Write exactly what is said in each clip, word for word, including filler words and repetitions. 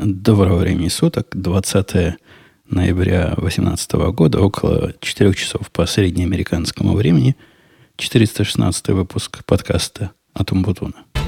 Доброго времени суток. двадцатое ноября две тысячи восемнадцатого года, около четырех часов по среднеамериканскому времени. четыреста шестнадцатый выпуск подкаста от Умпутуна.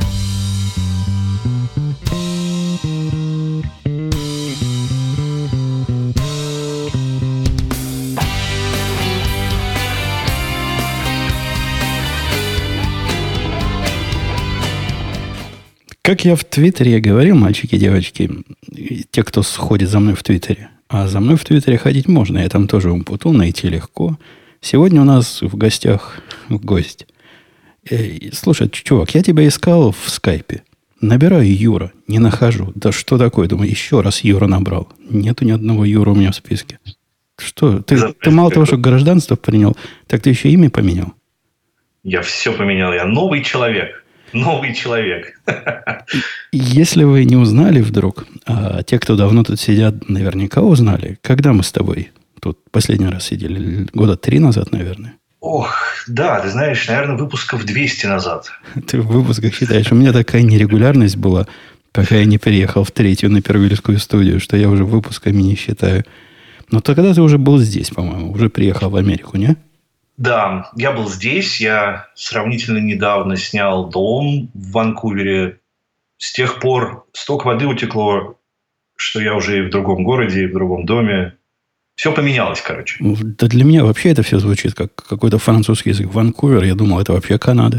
Как я в Твиттере говорил, мальчики и девочки, те, кто сходит за мной в Твиттере, а за мной в Твиттере ходить можно, я там тоже Умпутун, найти легко. Сегодня у нас в гостях гость. Эй, слушай, чувак, я тебя искал в скайпе. Набираю Юра, не нахожу. Да что такое? Думаю, еще раз Юра набрал. Нету ни одного Юра у меня в списке. Что? Ты, ты мало того, что гражданство принял, так ты еще имя поменял? Я все поменял. Я новый человек. Новый человек. Если вы не узнали вдруг, а те, кто давно тут сидят, наверняка узнали, когда мы с тобой тут последний раз сидели? Года три назад, наверное. Ох, да, ты знаешь, наверное, выпусков двести назад. Ты в выпусках считаешь. У меня такая нерегулярность была, пока я не переехал в третью на Первильскую студию, что я уже выпусками не считаю. Но тогда ты уже был здесь, по-моему, уже приехал в Америку, не? Да, я был здесь, я сравнительно недавно снял дом в Ванкувере. С тех пор столько воды утекло, что я уже и в другом городе, и в другом доме. Все поменялось, короче. Да для меня вообще это все звучит как какой-то французский язык. Ванкувер, я думал, это вообще Канада.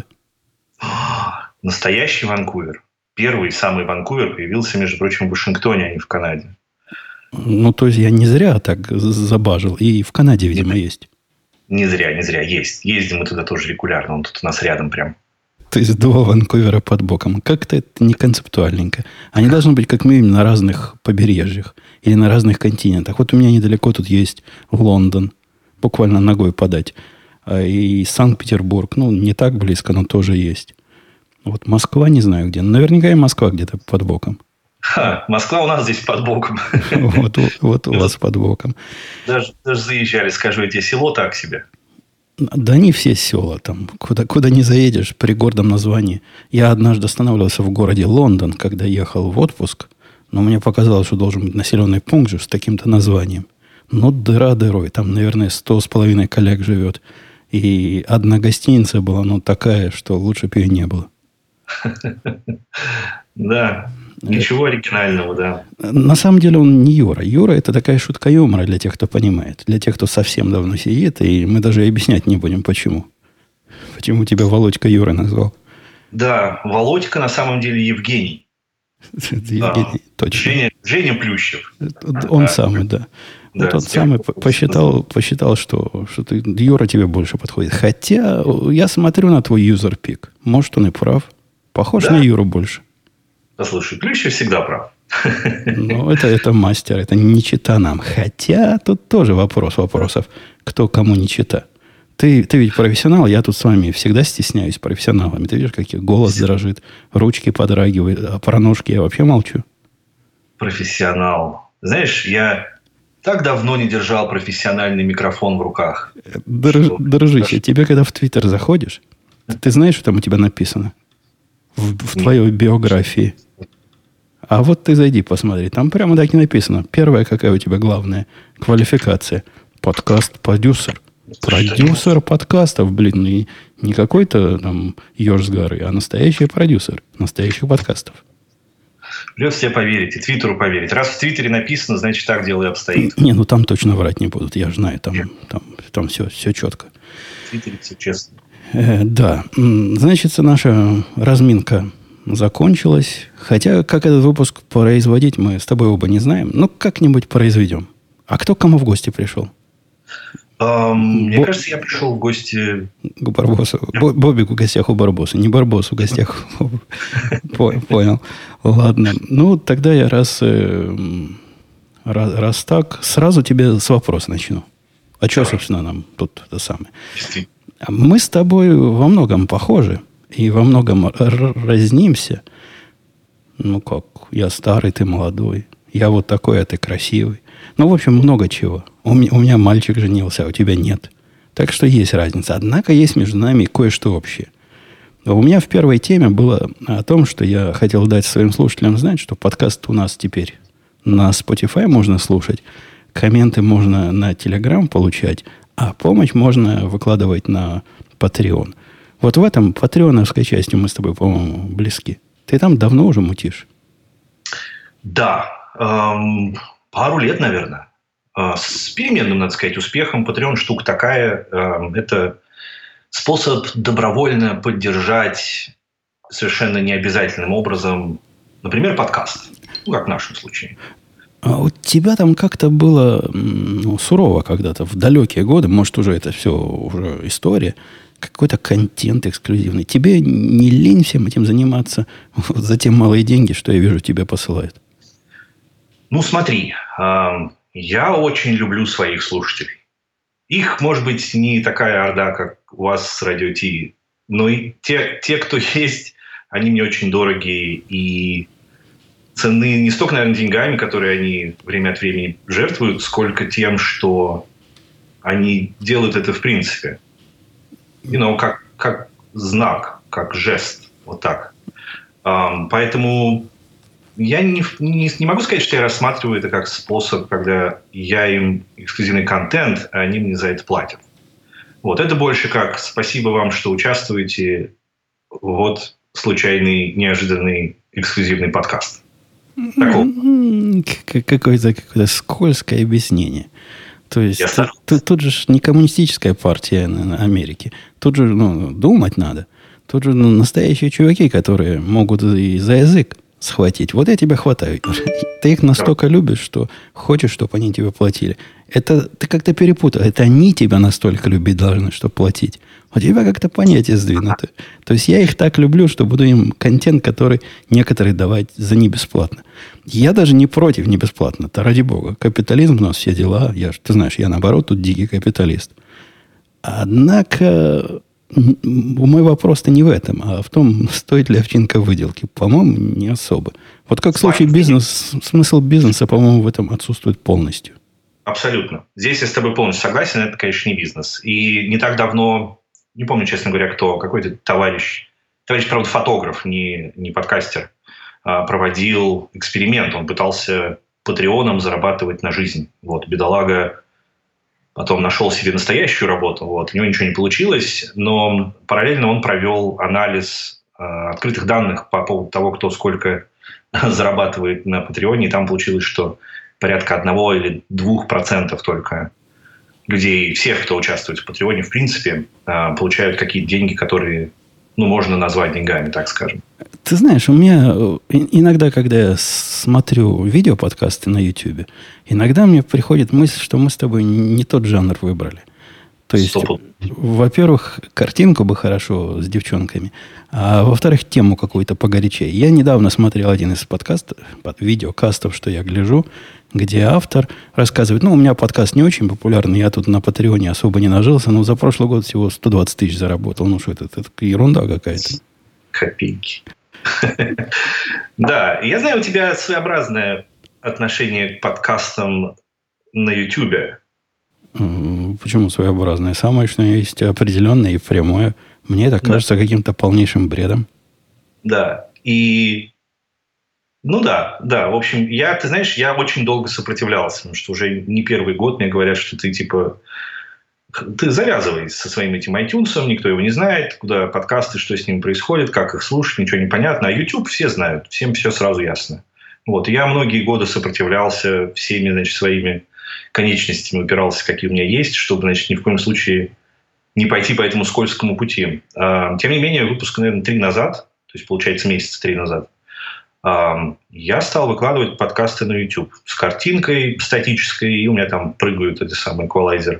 Настоящий Ванкувер. Первый, самый Ванкувер появился, между прочим, в Вашингтоне, а не в Канаде. Ну, то есть я не зря так забажил. И в Канаде, видимо, Нет. есть. Не зря, не зря. Есть. Ездим мы туда тоже регулярно. Он тут у нас рядом прям. То есть два Ванкувера под боком. Как-то это не концептуальненько. Они должны быть как минимум на разных побережьях или на разных континентах. Вот у меня недалеко тут есть Лондон. Буквально ногой подать. И Санкт-Петербург. Ну, не так близко, но тоже есть. Вот Москва не знаю где. Наверняка и Москва где-то под боком. Ха, Москва у нас здесь под боком. Вот, вот у вас под боком. Даже, даже заезжали, скажу я тебе, село так себе. Да не все села там. Куда, куда не заедешь при гордом названии. Я однажды останавливался в городе Лондон, когда ехал в отпуск. Но мне показалось, что должен быть населенный пункт же с таким-то названием. Ну, дыра дырой. Там, наверное, сто с половиной коллег живет. И одна гостиница была, ну, такая, что лучше бы ее не было. Да. Ничего оригинального, да. На самом деле он не Юра. Юра – это такая шутка юмора для тех, кто понимает. Для тех, кто совсем давно сидит. И мы даже объяснять не будем, почему. Почему тебя Володька Юра назвал. Да, Володька на самом деле Евгений. Евгений, точно. Женя, Женя Плющев. Он да. самый, да. да вот он самый посчитал, посчитал, что, что ты, Юра тебе больше подходит. Хотя я смотрю на твой юзерпик. Может, он и прав. Похож да? на Юру больше. Послушай, Плющев всегда прав. Ну, это, это мастер, это не чита нам. Хотя тут тоже вопрос вопросов. Кто кому не чита. Ты, ты ведь профессионал, я тут с вами всегда стесняюсь профессионалами. Ты видишь, как голос дрожит, ручки подрагивают, а про ножки я вообще молчу. Профессионал. Знаешь, я так давно не держал профессиональный микрофон в руках. Дрож, что... Дружище, тебе когда в Твиттер заходишь, ты знаешь, что там у тебя написано? В, в твоей биографии. А вот ты зайди, посмотри. Там прямо так и написано. Первая, какая у тебя главная квалификация. Подкаст-продюсер. Продюсер подкастов, блин. И не какой-то там еж с горы, а настоящий продюсер настоящих подкастов. Придется тебе поверить и Твиттеру поверить. Раз в Твиттере написано, значит, так дело и обстоит. Не, ну там точно врать не будут. Я же знаю, там, там, там все, все четко. В Твиттере все честно. Э, да. Значит, наша разминка закончилась. Хотя, как этот выпуск производить, мы с тобой оба не знаем. Но как-нибудь произведем. А кто к кому в гости пришел? Um, мне Бо... кажется, я пришел в гости... К Барбосу. Бо- Бобик в гостях у Барбоса. Не Барбос в гостях. Понял. Ладно. Ну, тогда я раз... Раз так, сразу тебе с вопроса начну. А что, собственно, нам тут это самое? Мы с тобой во многом похожи. И во многом разнимся. Ну как, я старый, ты молодой. Я вот такой, а ты красивый. Ну, в общем, много чего. У меня, у меня мальчик женился, а у тебя нет. Так что есть разница. Однако есть между нами кое-что общее. У меня в первой теме было о том, что я хотел дать своим слушателям знать, что подкаст у нас теперь на Spotify можно слушать, комменты можно на Telegram получать, а помощь можно выкладывать на Patreon. Вот в этом патреоновской части мы с тобой, по-моему, близки. Ты там давно уже мутишь? Да. Эм, пару лет, наверное. Э, с переменным, надо сказать, успехом. Patreon штука такая. Э, это способ добровольно поддержать совершенно необязательным образом, например, подкаст. Ну, как в нашем случае. А у тебя там как-то было ну, сурово когда-то, в далекие годы, может, уже это все уже история, какой-то контент эксклюзивный. Тебе не лень всем этим заниматься вот за те малые деньги, что я вижу, тебе посылают? Ну, смотри, э, я очень люблю своих слушателей. Их, может быть, не такая орда, как у вас с Радио ТВ, но и те, те, кто есть, они мне очень дорогие и ценны не столько, наверное, деньгами, которые они время от времени жертвуют, сколько тем, что они делают это в принципе. You know, как, как знак, как жест. Вот так. Um, поэтому я не, не, не могу сказать, что я рассматриваю это как способ, когда я им эксклюзивный контент, а они мне за это платят. Вот. Это больше как спасибо вам, что участвуете. Вот случайный, неожиданный эксклюзивный подкаст. Какое-то, какое-то скользкое объяснение. То есть тут, тут, тут же не коммунистическая партия Америки. Тут же ну, думать надо. Тут же ну, настоящие чуваки, которые могут и за язык схватить. Вот я тебя хватаю. Ты их настолько любишь, что хочешь, чтобы они тебе платили. Это ты как-то перепутал. Это они тебя настолько любить должны, чтобы платить. У тебя как-то понятия сдвинуты. То есть я их так люблю, что буду им контент, который некоторые давать за не бесплатно. Я даже не против не бесплатно. Это ради бога. Капитализм у нас, все дела. Я, ты знаешь, я наоборот тут дикий капиталист. Однако мой вопрос-то не в этом, а в том, стоит ли овчинка выделки. По-моему, не особо. Вот как в случае бизнеса, смысл бизнеса, по-моему, в этом отсутствует полностью. Абсолютно. Здесь я с тобой полностью согласен. Это, конечно, не бизнес. И не так давно, не помню, честно говоря, кто, какой-то товарищ, товарищ, правда, фотограф, не, не подкастер, проводил эксперимент. Он пытался патреоном зарабатывать на жизнь. Вот, бедолага потом нашел себе настоящую работу. Вот. У него ничего не получилось, но параллельно он провел анализ э, открытых данных по поводу того, кто сколько зарабатывает на Патреоне. И там получилось, что порядка одного или двух процентов только людей, всех, кто участвует в Патреоне, в принципе, э, получают какие-то деньги, которые ну, можно назвать деньгами, так скажем. Ты знаешь, у меня иногда, когда я смотрю видеоподкасты на YouTube, иногда мне приходит мысль, что мы с тобой не тот жанр выбрали. То есть, Стоп. во-первых, картинку бы хорошо с девчонками, а во-вторых, тему какую-то погорячее. Я недавно смотрел один из подкастов, видеокастов, что я гляжу, где автор рассказывает, ну, у меня подкаст не очень популярный, я тут на Патреоне особо не нажился, но за прошлый год всего сто двадцать тысяч заработал. Ну, что это, это ерунда какая-то. Копейки. Да, я знаю, у тебя своеобразное отношение к подкастам на YouTube. Почему своеобразное? Самое, что есть определенное и прямое. Мне это кажется да. каким-то полнейшим бредом. Да. И ну да, да. В общем, я, ты знаешь, я очень долго сопротивлялся, потому что уже не первый год мне говорят, что ты типа ты завязывай со своим этим iTunes, никто его не знает, куда подкасты, что с ним происходит, как их слушать, ничего не понятно. А YouTube все знают, всем все сразу ясно. Вот. Я многие годы сопротивлялся всеми, значит, своими конечностями, упирался, какие у меня есть, чтобы, значит, ни в коем случае не пойти по этому скользкому пути. Тем не менее, выпуск, наверное, три назад, то есть, получается, месяца три назад, я стал выкладывать подкасты на YouTube с картинкой статической, и у меня там прыгают эти самые эквалайзеры.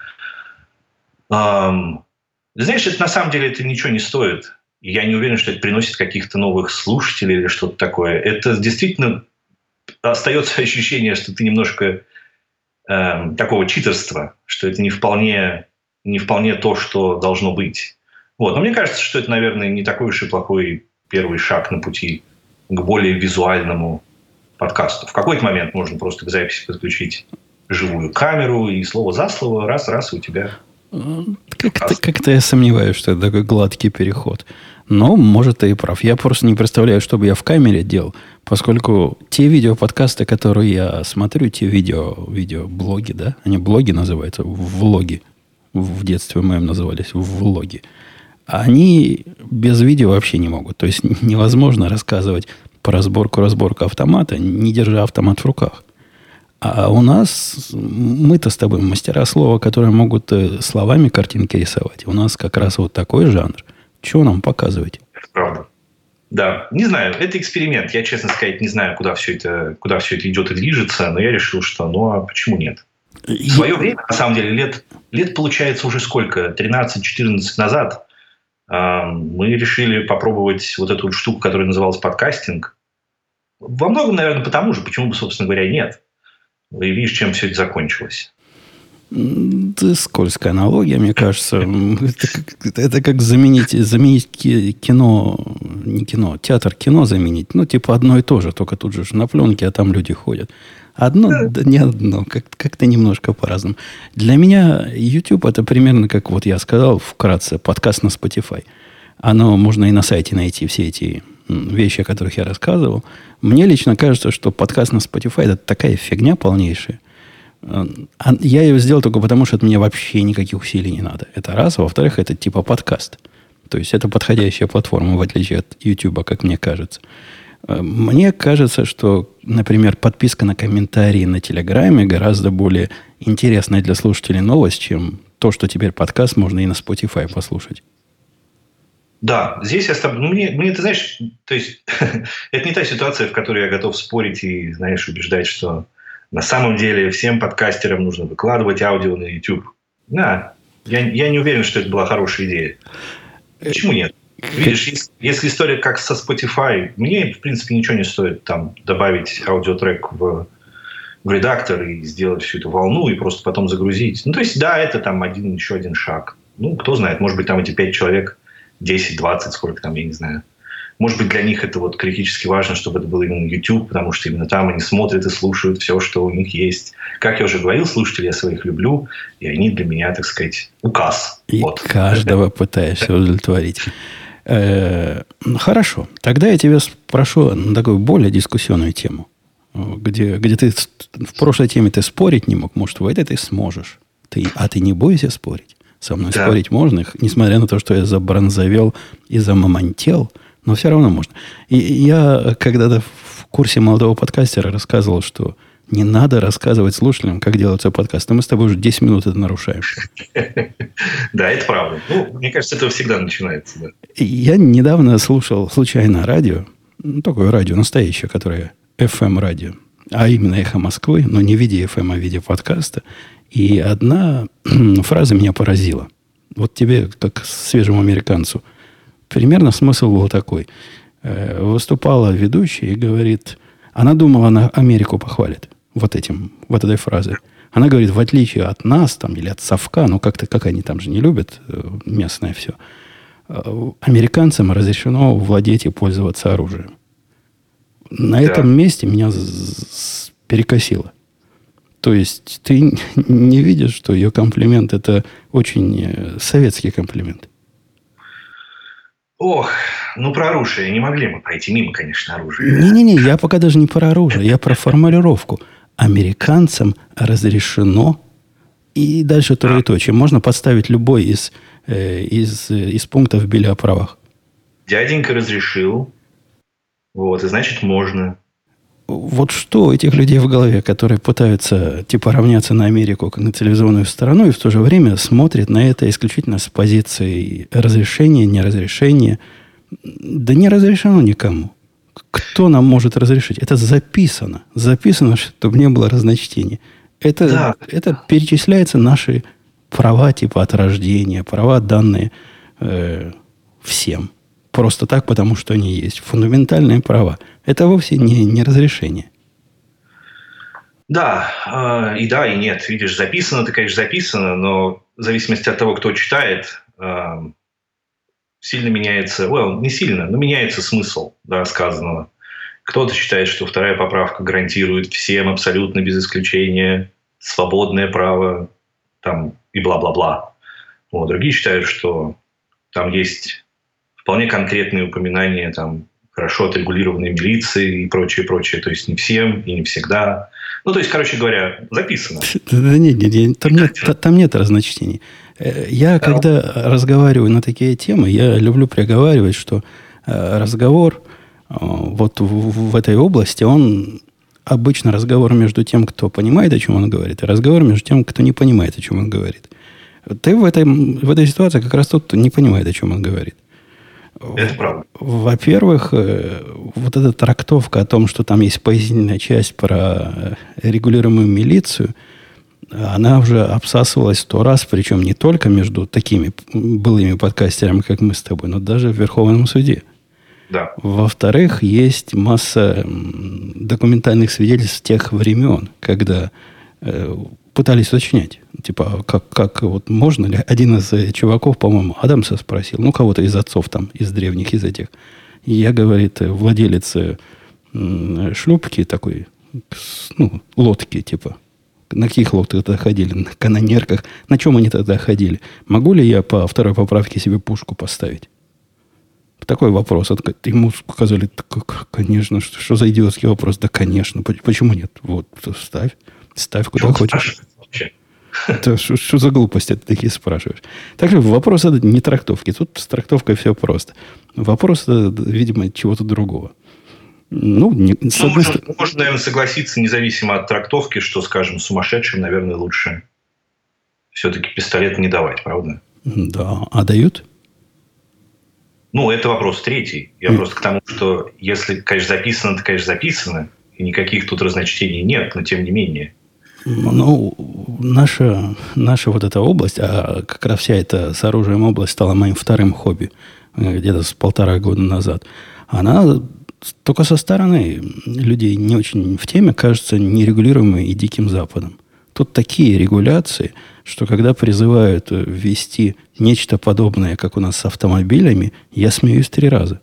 Знаешь, это на самом деле это ничего не стоит. Я не уверен, что это приносит каких-то новых слушателей или что-то такое. Это действительно остается ощущение, что ты немножко э, такого читерства, что это не вполне, не вполне то, что должно быть. Вот. Но мне кажется, что это, наверное, не такой уж и плохой первый шаг на пути к более визуальному подкасту. В какой-то момент можно просто к записи подключить живую камеру и слово за слово, раз-раз у тебя... Как-то, как-то я сомневаюсь, что это такой гладкий переход. Но, может, ты и прав. Я просто не представляю, что бы я в камере делал, поскольку те видеоподкасты, которые я смотрю, те видео, видеоблоги, да, они блоги называются, влоги. В детстве моем назывались влоги. Они без видео вообще не могут. То есть невозможно рассказывать про сборку-разборку автомата, не держа автомат в руках. А у нас, мы-то с тобой мастера слова, которые могут словами картинки рисовать. У нас как раз вот такой жанр. Чего нам показывать? Это правда. Да, не знаю, это эксперимент. Я, честно сказать, не знаю, куда все это, куда все это идет и движется, но я решил, что ну а почему нет? В свое время, на самом деле, лет, лет получается уже сколько? тринадцать-четырнадцать назад э, мы решили попробовать вот эту вот штуку, которая называлась подкастинг. Во многом, наверное, потому же, почему бы, собственно говоря, нет. И видишь, чем все это закончилось. Это скользкая аналогия, мне кажется. Это как, это как заменить, заменить кино, не кино, театр кино заменить. Ну, типа одно и то же, только тут же на пленке, а там люди ходят. Одно, да не одно, как, как-то немножко по-разному. Для меня YouTube это примерно, как вот я сказал вкратце, подкаст на Spotify. Оно можно и на сайте найти, все эти вещи, о которых я рассказывал. Мне лично кажется, что подкаст на Spotify это такая фигня полнейшая. Я ее сделал только потому, что от меня вообще никаких усилий не надо. Это раз. А во-вторых, это типа подкаст. То есть, это подходящая платформа, в отличие от YouTube, как мне кажется. Мне кажется, что, например, подписка на комментарии на Телеграме гораздо более интересная для слушателей новость, чем то, что теперь подкаст можно и на Spotify послушать. Да, здесь я с тобой... Ну, мне, мне, ты знаешь, то есть, это не та ситуация, в которой я готов спорить и, знаешь, убеждать, что на самом деле всем подкастерам нужно выкладывать аудио на YouTube. Да, я, я не уверен, что это была хорошая идея. Почему нет? Видишь, если, если история как со Spotify, мне, в принципе, ничего не стоит там добавить аудиотрек в, в редактор и сделать всю эту волну и просто потом загрузить. Ну, то есть, да, это там один, еще один шаг. Ну, кто знает, может быть, там эти пять человек, десять, двадцать, сколько там, я не знаю. Может быть, для них это вот критически важно, чтобы это был именно YouTube, потому что именно там они смотрят и слушают все, что у них есть. Как я уже говорил, слушателей я своих люблю, и они для меня, так сказать, указ. И вот. Каждого пытаешься удовлетворить. Хорошо. Тогда я тебя спрошу на такую более дискуссионную тему, где, где ты в прошлой теме ты спорить не мог. Может, в этой ты сможешь. Ты, а ты не бойся спорить. Со мной да. спорить можно, несмотря на то, что я забронзовел и замамонтел, но все равно можно. И я когда-то в курсе молодого подкастера рассказывал, что не надо рассказывать слушателям, как делается подкаст. Но мы с тобой уже десять минут это нарушаем. Да, это правда. Ну, мне кажется, это всегда начинается. Да. Я недавно слушал случайно радио, ну, такое радио настоящее, которое эф эм-радио, а именно «Эхо Москвы», но не в виде эф эм, а в виде подкаста. И одна фраза меня поразила. Вот тебе, как свежему американцу, примерно смысл был такой. Выступала ведущая и говорит... Она думала, она Америку похвалит вот этим, вот этой фразой. Она говорит, в отличие от нас, там, или от совка, ну, как-то, как они там же не любят местное все, американцам разрешено владеть и пользоваться оружием. На да. этом месте меня перекосило. То есть, ты не видишь, что ее комплимент – это очень советский комплимент. Ох, ну про оружие не могли мы пройти мимо, конечно, оружия. Не-не-не, я пока даже не про оружие, я про формулировку. Американцам разрешено, и дальше троеточие. Можно подставить любой из, э, из, из пунктов в Билли о правах. Дяденька разрешил, вот, и значит можно. Вот что у этих людей в голове, которые пытаются типа равняться на Америку как на телевизионную сторону, и в то же время смотрят на это исключительно с позиции разрешения, неразрешения. Да не разрешено никому. Кто нам может разрешить? Это записано. Записано, чтобы не было разночтения. Это, да. это перечисляются наши права типа от рождения, права данные э, всем. Просто так, потому что они есть. Фундаментальные права. Это вовсе не, не разрешение. Да, э, и да, и нет. Видишь, записано-то, конечно, записано, но в зависимости от того, кто читает, э, сильно меняется, well, не сильно, но меняется смысл да, сказанного. Кто-то считает, что вторая поправка гарантирует всем абсолютно без исключения свободное право там, и бла-бла-бла. Вот. Другие считают, что там есть вполне конкретные упоминания там, хорошо отрегулированной милиции и прочее, прочее. То есть не всем и не всегда. Ну, то есть, короче говоря, записано. Да нет, нет, там нет, там нет разночтений. Я, когда разговариваю на такие темы, я люблю приговаривать, что разговор вот в, в этой области, он обычно разговор между тем, кто понимает, о чем он говорит, и разговор между тем, кто не понимает, о чем он говорит. Ты в этой, в этой ситуации как раз тот, кто не понимает, о чем он говорит. Это правда. Во-первых, вот эта трактовка о том, что там есть пояснительная часть про регулируемую милицию, она уже обсасывалась сто раз, причем не только между такими былыми подкастерами, как мы с тобой, но даже в Верховном суде. Да. Во-вторых, есть масса документальных свидетельств тех времен, когда э, пытались уточнять, типа, как, как вот можно ли, один из чуваков, по-моему, Адамса спросил, ну, кого-то из отцов там, из древних, из этих. И я, говорит, владелец э, шлюпки такой, ну, лодки, типа, на каких лодках тогда ходили, на канонерках, на чем они тогда ходили? Могу ли я по второй поправке себе пушку поставить? Такой вопрос. Ему сказали, конечно, что, что за идиотский вопрос? Да, конечно. Почему нет? Вот, ставь. Ставь куда что хочешь. Да, что, что за глупости ты такие спрашиваешь? Также вопрос это не трактовки. Тут с трактовкой все просто. Вопрос это, видимо, чего-то другого. Ну, не, с ну одной можно, можно, наверное, согласиться, независимо от трактовки, что, скажем, сумасшедшим, наверное, лучше все-таки пистолет не давать, правда? Да. А дают? Ну, это вопрос третий. Я mm. просто к тому, что если, конечно, записано, то, конечно, записано, и никаких тут разночтений нет, но тем не менее. Ну, наша, наша вот эта область, а как раз вся эта с оружием область стала моим вторым хобби где-то с полтора года назад. Она только со стороны людей не очень в теме кажется нерегулируемой и диким западом. Тут такие регуляции, что когда призывают ввести нечто подобное, как у нас с автомобилями, я смеюсь три раза.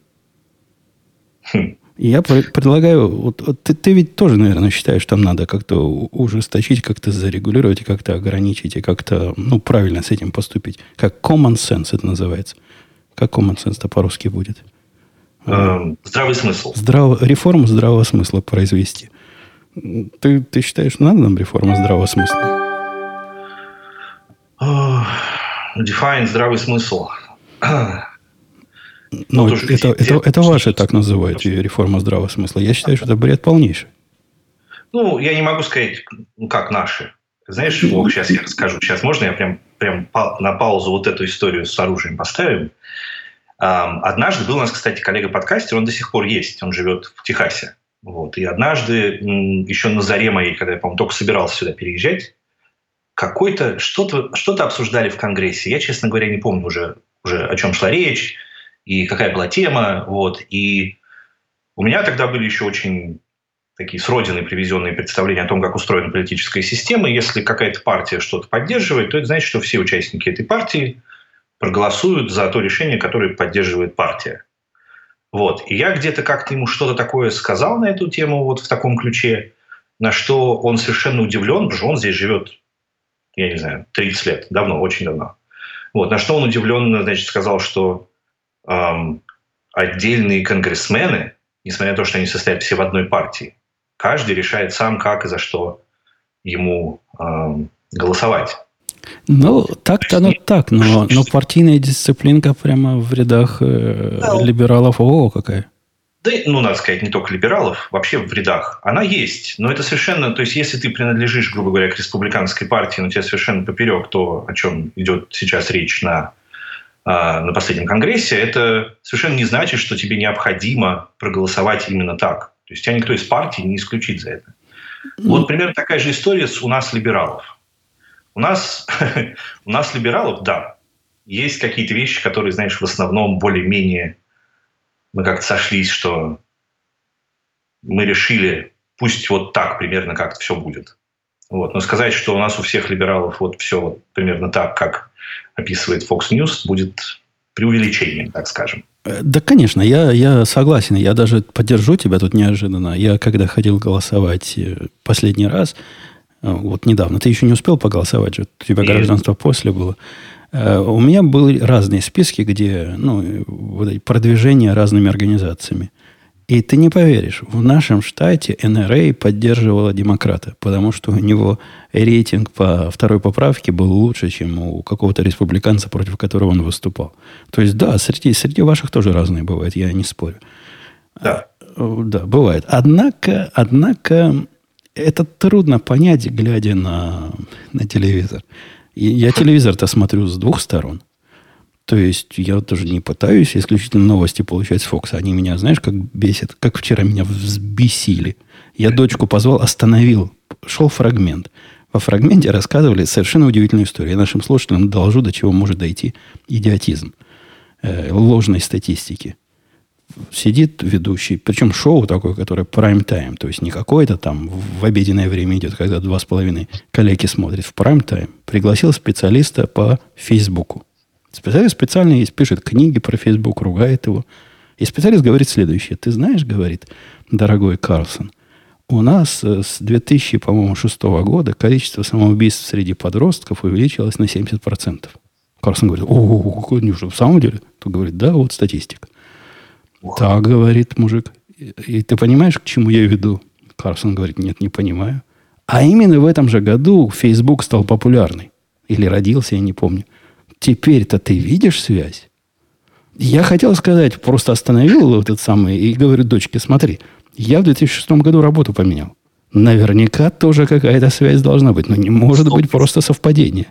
Хм. И я предлагаю... Вот, вот ты, ты ведь тоже, наверное, считаешь, там надо как-то ужесточить, как-то зарегулировать, и как-то ограничить, и как-то ну, правильно с этим поступить. Как common sense это называется. Как common sense-то по-русски будет? Эм, здравый смысл. Здраво, реформу здравого смысла произвести. Ты, ты считаешь, надо нам реформа здравого смысла? Define здравый смысл. Ну, вот это, это, это, это ваши так называют, реформа здравого смысла. Я считаю, что это бред полнейший. Ну, я не могу сказать, ну, как наши. Знаешь, Бог, сейчас я расскажу. Сейчас можно я прям, прям на паузу вот эту историю с оружием поставим? Однажды был у нас, кстати, коллега-подкастер, он до сих пор есть, он живет в Техасе. Вот. И однажды, еще на заре моей, когда я, по-моему, только собирался сюда переезжать, какой-то, что-то, что-то обсуждали в Конгрессе. Я, честно говоря, не помню уже, уже о чем шла речь и какая была тема. Вот. И у меня тогда были еще очень такие с родины привезенные представления о том, как устроена политическая система. И если какая-то партия что-то поддерживает, то это значит, что все участники этой партии проголосуют за то решение, которое поддерживает партия. Вот. И я где-то как-то ему что-то такое сказал на эту тему вот в таком ключе, на что он совершенно удивлен, потому что он здесь живет, я не знаю, тридцать лет, давно, очень давно. Вот. На что он удивленно, значит, сказал, что эм, отдельные конгрессмены, несмотря на то, что они состоят все в одной партии, каждый решает сам, как и за что ему эм, голосовать. Ну, так-то оно так, но, но партийная дисциплинка прямо в рядах э, да. либералов, ого, какая. Да, ну, надо сказать, не только либералов, вообще в рядах. Она есть, но это совершенно... То есть, если ты принадлежишь, грубо говоря, к республиканской партии, но тебе совершенно поперек то, о чем идет сейчас речь на, на последнем конгрессе, это совершенно не значит, что тебе необходимо проголосовать именно так. То есть, тебя никто из партии не исключит за это. Mm. Вот примерно такая же история у нас либералов. У нас, у нас либералов, да, есть какие-то вещи, которые, знаешь, в основном более-менее мы как-то сошлись, что мы решили, пусть вот так примерно как-то все будет. Вот. Но сказать, что у нас у всех либералов вот все вот примерно так, как описывает Fox News, будет преувеличением, так скажем. Да, конечно, я, я согласен. Я даже поддержу тебя тут неожиданно. Я когда ходил голосовать последний раз, вот недавно, ты еще не успел поголосовать же, у тебя гражданство после было. Э, у меня были разные списки, где ну, вот эти продвижения разными организациями. И ты не поверишь, в нашем штате эн эр а поддерживала демократа, потому что у него рейтинг по второй поправке был лучше, чем у какого-то республиканца, против которого он выступал. То есть, да, среди, среди ваших тоже разные бывают, я не спорю. Да. Да, бывает. Однако, однако это трудно понять, глядя на, на телевизор. И я телевизор-то смотрю с двух сторон. То есть я тоже не пытаюсь исключительно новости получать с Фокса. Они меня, знаешь, как бесят. Как вчера меня взбесили. Я дочку позвал, остановил. Шел фрагмент. Во фрагменте рассказывали совершенно удивительную историю. Я нашим слушателям доложу, до чего может дойти идиотизм э, ложной статистики. Сидит ведущий, причем шоу такое, которое прайм-тайм, то есть не какое-то там в обеденное время идет, когда два с половиной коллеги смотрят в прайм-тайм. Пригласил специалиста по Фейсбуку. Специалист специально есть, пишет книги про Фейсбук, ругает его. И специалист говорит следующее. Ты знаешь, говорит, дорогой Карлсон, у нас с две тысячи шестого года количество самоубийств среди подростков увеличилось на семьдесят процентов. Карлсон говорит, о, Нюша, в самом деле? Тот говорит, да, вот статистика. Так, говорит мужик. И, и ты понимаешь, к чему я веду? Карлсон говорит, нет, не понимаю. А именно в этом же году Facebook стал популярный. Или родился, я не помню. Теперь-то ты видишь связь? Я хотел сказать, просто остановил вот этот самый и говорю, дочке, смотри, я в две тысячи шестом году работу поменял. Наверняка тоже какая-то связь должна быть. Но не может быть просто совпадение.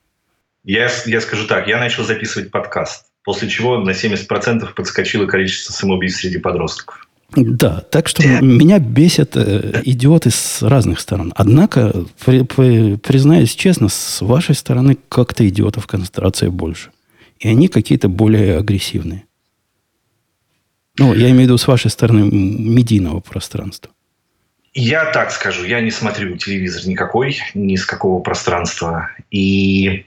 Я, я скажу так, я начал записывать подкаст, после чего на семьдесят процентов подскочило количество самоубийств среди подростков. Да, так что меня бесят э, идиоты с разных сторон. Однако, при, при, признаюсь честно, с вашей стороны как-то идиотов концентрация больше. И они какие-то более агрессивные. Ну, я имею в виду с вашей стороны медийного пространства. Я так скажу, я не смотрю телевизор никакой, ни с какого пространства. И,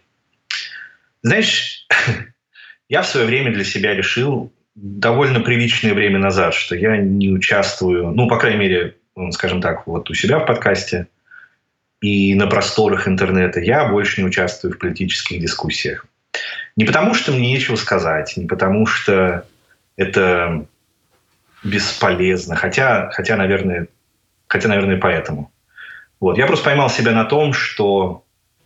знаешь, я в свое время для себя решил, довольно приличное время назад, что я не участвую, ну, по крайней мере, скажем так, вот у себя в подкасте и на просторах интернета, я больше не участвую в политических дискуссиях. Не потому, что мне нечего сказать, не потому, что это бесполезно, хотя, хотя, наверное, хотя, наверное, поэтому. Вот. Я просто поймал себя на том, что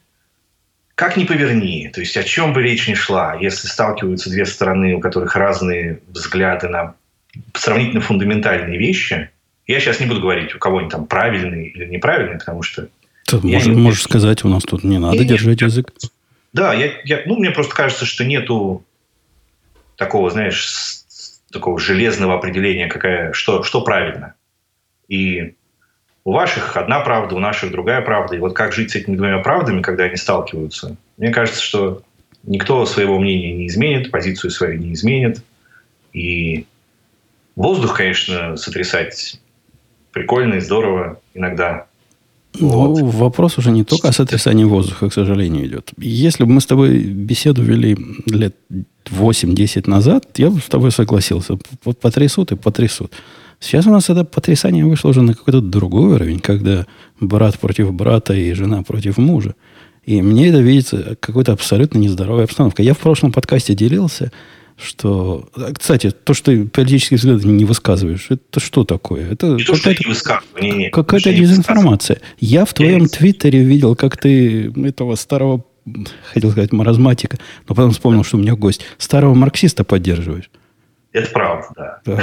как ни поверни, то есть о чем бы речь ни шла, если сталкиваются две стороны, у которых разные взгляды на сравнительно фундаментальные вещи, я сейчас не буду говорить, у кого они там правильные или неправильные, потому что... Ты можешь, не... можешь сказать, у нас тут не надо не, держать не, язык. Да, я, я, ну, мне просто кажется, что нету такого, знаешь, такого железного определения, какая, что, что правильно. И у ваших одна правда, у наших другая правда. И вот как жить с этими двумя правдами, когда они сталкиваются? Мне кажется, что никто своего мнения не изменит, позицию свою не изменит. И воздух, конечно, сотрясать прикольно и здорово иногда. Ну, вот. Вопрос уже не только о сотрясании воздуха, к сожалению, идет. Если бы мы с тобой беседу вели лет восемь-десять назад, я бы с тобой согласился. Потрясут и потрясут. Сейчас у нас это потрясание вышло уже на какой-то другой уровень, когда брат против брата и жена против мужа. И мне это видится какой-то абсолютно нездоровой обстановкой. Я в прошлом подкасте делился, что... Кстати, то, что ты политические взгляды не высказываешь, это что такое? Это что, какая-то, что не не, какая-то дезинформация. Я в твоем я твиттере видел, как ты этого старого, хотел сказать, маразматика, но потом вспомнил, что у меня гость, старого марксиста поддерживаешь. Это правда, да.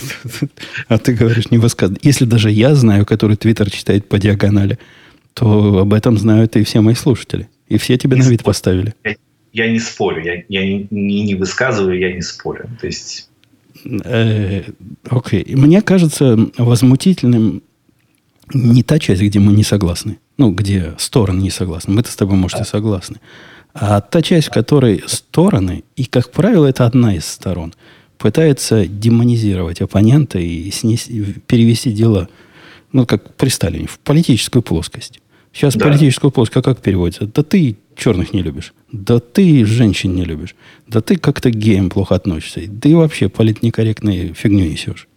А ты говоришь, не высказывай. Если даже я знаю, который твиттер читает по диагонали, то об этом знают и все мои слушатели. И все тебе на вид поставили. Я не спорю, я, я не, не, не высказываю, я не спорю. То есть... Окей. Мне кажется возмутительным не та часть, где мы не согласны. Ну, где стороны не согласны. Мы-то с тобой, может, и согласны. А та часть, в которой стороны, и, как правило, это одна из сторон, пытается демонизировать оппонента и снести, перевести дела, ну, как при Сталине, в политическую плоскость. Сейчас да. Политическую плоскость как переводится? Да ты черных не любишь. Да ты женщин не любишь. Да ты как-то к геям плохо относишься. Да и вообще политнекорректную фигню несешь.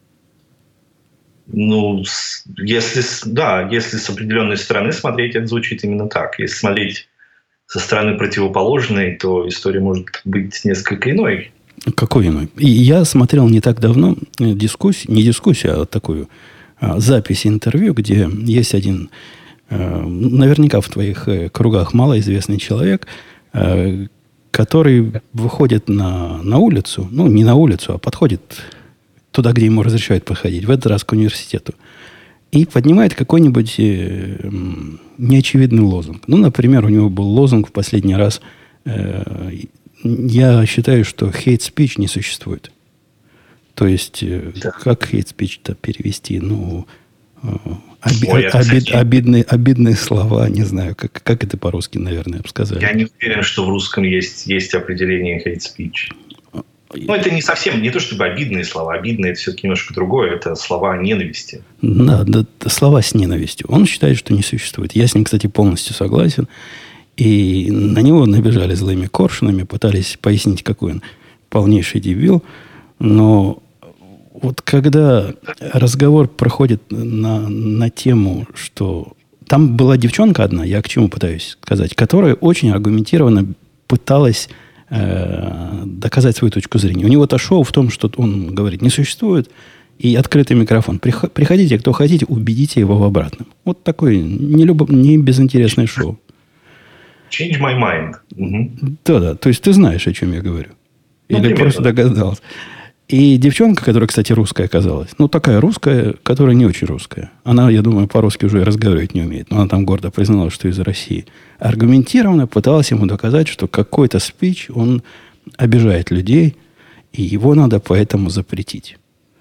Ну, если, да, если с определенной стороны смотреть, это звучит именно так. Если смотреть со стороны противоположной, то история может быть несколько иной. Какой иной? И я смотрел не так давно дискуссию, не дискуссию, а такую а, запись интервью, где есть один, а, наверняка в твоих кругах малоизвестный человек, а, который выходит на, на улицу, ну, не на улицу, а подходит туда, где ему разрешают подходить, в этот раз к университету, и поднимает какой-нибудь э, неочевидный лозунг. Ну, например, у него был лозунг в последний раз э, «Я считаю, что hate speech не существует». То есть, э, да. Как hate speech-то перевести? Ну, э, оби- Ой, обид- обидные, обидные слова, не знаю, как, как это по-русски, наверное, сказали. Я не уверен, что в русском есть, есть определение hate speech. Ну, это не совсем, не то чтобы обидные слова. Обидные – это все-таки немножко другое. Это слова ненависти. Да, да, слова с ненавистью. Он считает, что не существует. Я с ним, кстати, полностью согласен. И на него набежали злыми коршунами, пытались пояснить, какой он полнейший дебил. Но вот когда разговор проходит на, на тему, что... Там была девчонка одна, я к чему пытаюсь сказать, которая очень аргументированно пыталась... доказать свою точку зрения. У него-то шоу в том, что он говорит, не существует, и открытый микрофон. Приходите, кто хотите, убедите его в обратном. Вот такое не, любо, не безинтересное шоу. Change my mind. Угу. Да-да, то есть ты знаешь, о чем я говорю. Или ну, просто догадался. И девчонка, которая, кстати, русская оказалась, ну, такая русская, которая не очень русская. Она, я думаю, по-русски уже разговаривать не умеет. Но она там гордо признала, что из России. Аргументированно пыталась ему доказать, что какой-то спич, он обижает людей, и его надо поэтому запретить.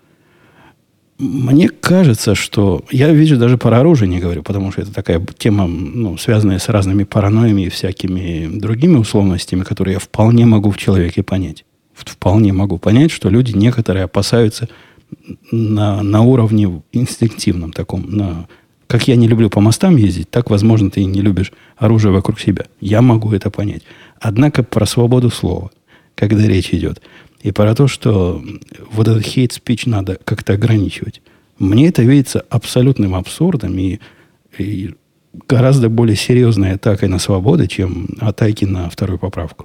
Мне кажется, что... Я вижу, даже про оружие не говорю, потому что это такая тема, ну, связанная с разными паранойями и всякими другими условностями, которые я вполне могу в человеке понять. Вполне могу понять, что люди некоторые опасаются на, на уровне инстинктивном таком. На, как я не люблю по мостам ездить, так, возможно, ты и не любишь оружие вокруг себя. Я могу это понять. Однако про свободу слова, когда речь идет, и про то, что вот этот hate speech надо как-то ограничивать, мне это видится абсолютным абсурдом и, и гораздо более серьезной атакой на свободу, чем атаки на вторую поправку.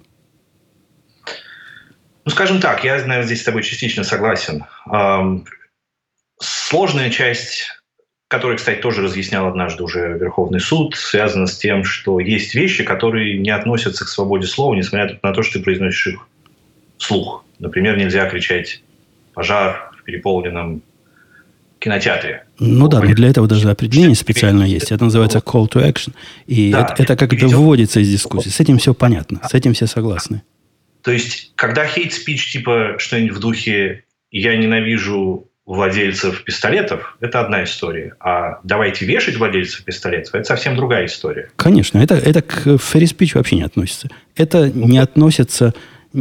Ну, скажем так, я, наверное, здесь с тобой частично согласен. Эм, сложная часть, которую, кстати, тоже разъяснял однажды уже Верховный суд, связана с тем, что есть вещи, которые не относятся к свободе слова, несмотря на то, что ты произносишь их вслух. Например, нельзя кричать «пожар» в переполненном кинотеатре. Ну да, но для этого даже определение специально есть. Это называется call to action. И да, это, это как-то выводится из дискуссии. С этим все понятно, с этим все согласны. То есть, когда хейт-спич типа что-нибудь в духе «я ненавижу владельцев пистолетов», это одна история. А давайте вешать владельцев пистолетов, это совсем другая история. Конечно, это, это к фри-спичу вообще не относится. Это ну, не относится...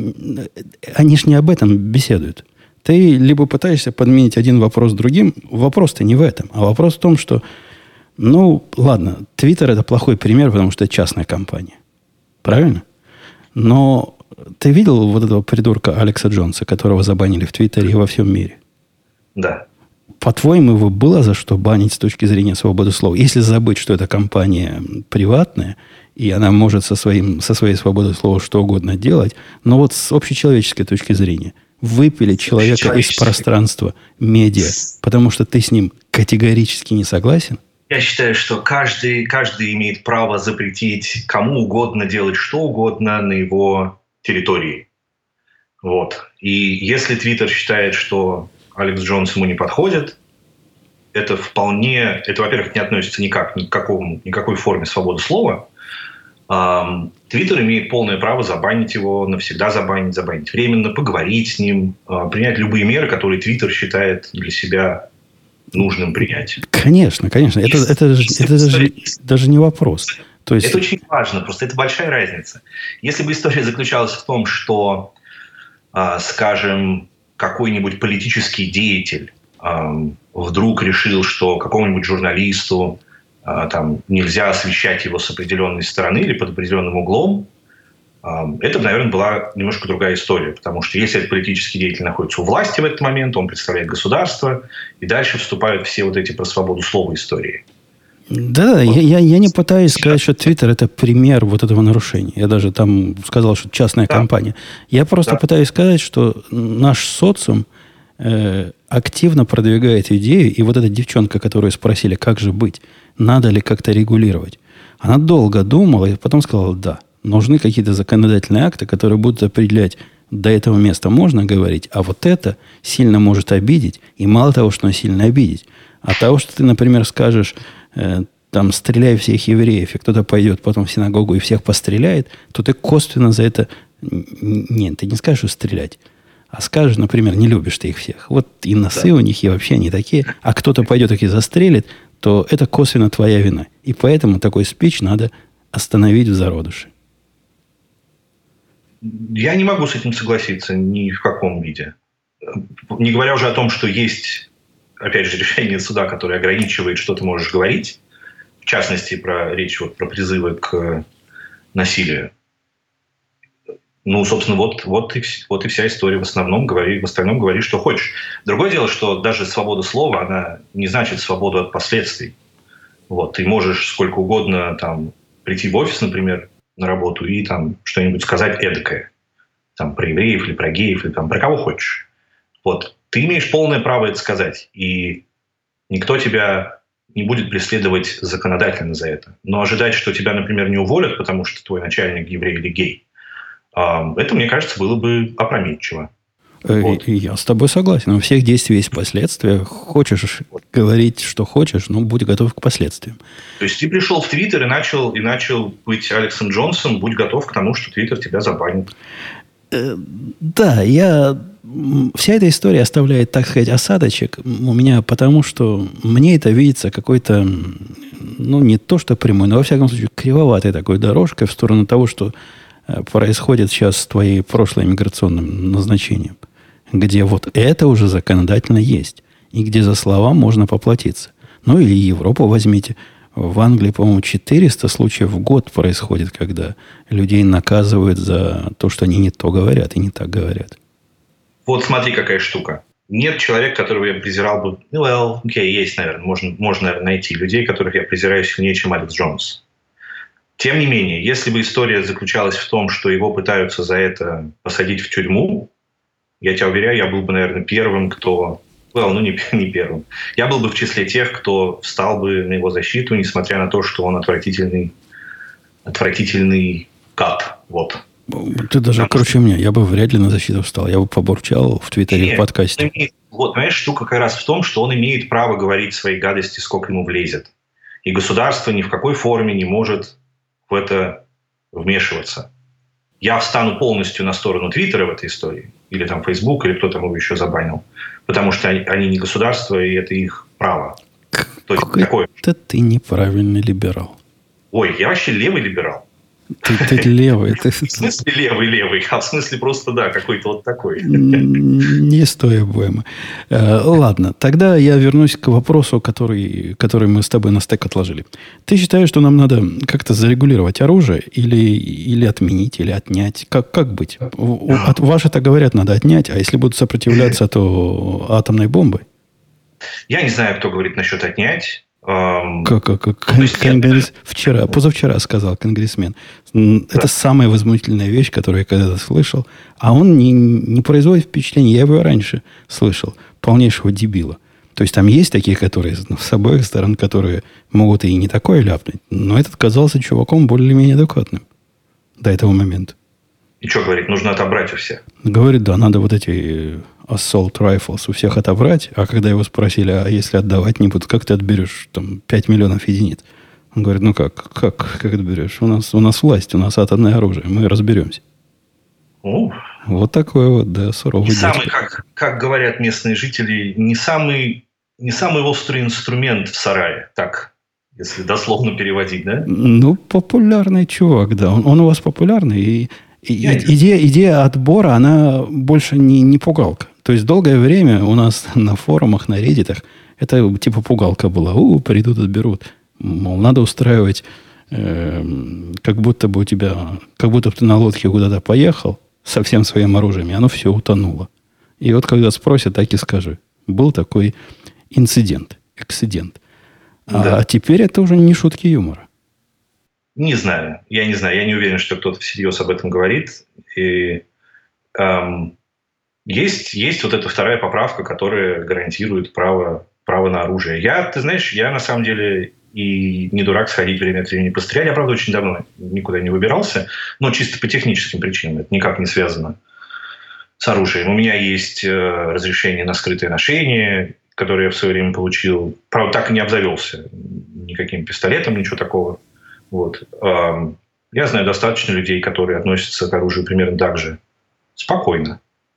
Они ж не об этом беседуют. Ты либо пытаешься подменить один вопрос другим. Вопрос-то не в этом. А вопрос в том, что... Ну, ладно, Твиттер – это плохой пример, потому что это частная компания. Правильно? Но... Ты видел вот этого придурка Алекса Джонса, которого забанили в Твиттере и во всем мире? Да. По-твоему, его было за что банить с точки зрения свободы слова? Если забыть, что это компания приватная, и она может со, своим, со своей свободой слова что угодно делать, но вот с общечеловеческой точки зрения выпилить человека из пространства медиа, потому что ты с ним категорически не согласен? Я считаю, что каждый, каждый имеет право запретить кому угодно делать что угодно на его территории. Вот. И если Твиттер считает, что Алекс Джонс ему не подходит, это вполне... Это, во-первых, не относится никак ни к какому, никакой форме свободы слова. Твиттер имеет полное право забанить его, навсегда забанить, забанить временно, поговорить с ним, принять любые меры, которые Твиттер считает для себя нужным принять. Конечно, конечно. Это, это, это, это даже, даже не вопрос. То есть... Это очень важно, просто это большая разница. Если бы история заключалась в том, что, э, скажем, какой-нибудь политический деятель э, вдруг решил, что какому-нибудь журналисту э, там, нельзя освещать его с определенной стороны или под определенным углом, э, это, наверное, была немножко другая история. Потому что если этот политический деятель находится у власти в этот момент, он представляет государство, и дальше вступают все вот эти про свободу слова истории. Да, вот. я, я, я не пытаюсь сказать, что Твиттер это пример вот этого нарушения. Я даже там сказал, что частная да. компания. Я просто да. пытаюсь сказать, что наш социум э, активно продвигает идею, и вот эта девчонка, которую спросили, как же быть, надо ли как-то регулировать, она долго думала и потом сказала, да, нужны какие-то законодательные акты, которые будут определять, до этого места можно говорить, а вот это сильно может обидеть, и мало того, что сильно обидеть, а того, что ты, например, скажешь, э, там, стреляй всех евреев, и кто-то пойдет потом в синагогу и всех постреляет, то ты косвенно за это... Нет, ты не скажешь, что стрелять, а скажешь, например, не любишь ты их всех. Вот и носы да. у них, и вообще они такие. А кто-то пойдет их и застрелит, то это косвенно твоя вина. И поэтому такой спич надо остановить в зародыше. Я не могу с этим согласиться ни в каком виде. Не говоря уже о том, что есть, опять же, решение суда, которое ограничивает, что ты можешь говорить. В частности, про речь вот, про призывы к насилию. Ну, собственно, вот, вот, и, вот и вся история. В основном говори, в остальном говори, что хочешь. Другое дело, что даже свобода слова, она не значит свободу от последствий. Вот, ты можешь сколько угодно там, прийти в офис, например, на работу и там что-нибудь сказать эдакое. Там, про евреев или про геев, или там, про кого хочешь. Вот. Ты имеешь полное право это сказать. И никто тебя не будет преследовать законодательно за это. Но ожидать, что тебя, например, не уволят, потому что твой начальник еврей или гей, это, мне кажется, было бы опрометчиво. Вот. Я с тобой согласен. У всех действий есть последствия. Хочешь вот. говорить, что хочешь, но будь готов к последствиям. То есть ты пришел в Твиттер и начал, и начал быть Алексом Джонсом, будь готов к тому, что Твиттер тебя забанит. Э, да, я... Вся эта история оставляет, так сказать, осадочек у меня, потому что мне это видится какой-то, ну, не то что прямой, но, во всяком случае, кривоватой такой дорожкой в сторону того, что происходит сейчас с твоим прошлым миграционным назначением, где вот это уже законодательно есть, и где за слова можно поплатиться. Ну, или Европу возьмите. В Англии, по-моему, четыреста случаев в год происходит, когда людей наказывают за то, что они не то говорят и не так говорят. Вот смотри, какая штука. Нет человека, которого я презирал бы... Ну, well, окей, okay, есть, наверное. Можно, можно наверное, найти людей, которых я презираю сильнее, чем Алекс Джонс. Тем не менее, если бы история заключалась в том, что его пытаются за это посадить в тюрьму, я тебя уверяю, я был бы, наверное, первым, кто... Well, ну, не, не первым. Я был бы в числе тех, кто встал бы на его защиту, несмотря на то, что он отвратительный, отвратительный кат. Вот. Ты даже Потому круче что... меня. Я бы вряд ли на защиту встал. Я бы побурчал в Твиттере, Нет, в подкасте. Имеет... Вот, понимаешь, штука как раз в том, что он имеет право говорить свои гадости, сколько ему влезет. И государство ни в какой форме не может в это вмешиваться. Я встану полностью на сторону Твиттера в этой истории. Или там Facebook, или кто там его еще забанил. Потому что они, они не государство, и это их право. То есть, такое... Это ты неправильный либерал. Ой, я вообще левый либерал. Ты, ты левый. Ты... В смысле левый-левый, а в смысле просто, да, какой-то вот такой. Не стоит обоймы. Ладно, тогда я вернусь к вопросу, который, который мы с тобой на стек отложили. Ты считаешь, что нам надо как-то зарегулировать оружие или, или отменить, или отнять? Как, как быть? От, ваши-то говорят, надо отнять, а если будут сопротивляться, то атомной бомбой? Я не знаю, кто говорит насчет отнять. Как, как, как конгресс... Вчера, позавчера сказал конгрессмен. Это да. самая возмутительная вещь, которую я когда-то слышал. А он не, не производит впечатления. Я его раньше слышал. Полнейшего дебила. То есть там есть такие, которые с обоих сторон, которые могут и не такое ляпнуть. Но этот казался чуваком более-менее адекватным до этого момента. И что говорит? Нужно отобрать у всех. Говорит, да, надо вот эти assault rifles у всех отобрать. А когда его спросили, а если отдавать не будут, как ты отберешь там пять миллионов единиц? Он говорит, ну как, как, как отберешь? У нас, у нас власть, у нас атомное оружие, мы разберемся. О. Вот такой вот, да, суровый не самый, как, как говорят местные жители, не самый, не самый острый инструмент в сарае. Так, если дословно переводить, да? Ну, популярный чувак, да. Он, он у вас популярный, и И, идея, идея отбора, она больше не, не пугалка. То есть, долгое время у нас на форумах, на реддитах, это типа пугалка была. У, придут, отберут. Мол, надо устраивать, э, как будто бы у тебя, как будто бы ты на лодке куда-то поехал со всем своим оружием, и оно все утонуло. И вот когда спросят, так и скажи. Был такой инцидент, эксцидент. Да. А теперь это уже не шутки юмора. Не знаю. Я не знаю. Я не уверен, что кто-то всерьез об этом говорит. И, эм, есть, есть вот эта вторая поправка, которая гарантирует право, право на оружие. Я, ты знаешь, я на самом деле и не дурак сходить время от времени пострелять. Я, правда, очень давно никуда не выбирался. Но чисто по техническим причинам. Это никак не связано с оружием. У меня есть э, разрешение на скрытое ношение, которое я в свое время получил. Правда, так и не обзавелся никаким пистолетом, ничего такого. Вот. Э, я знаю достаточно людей, которые относятся к оружию примерно так же спокойно.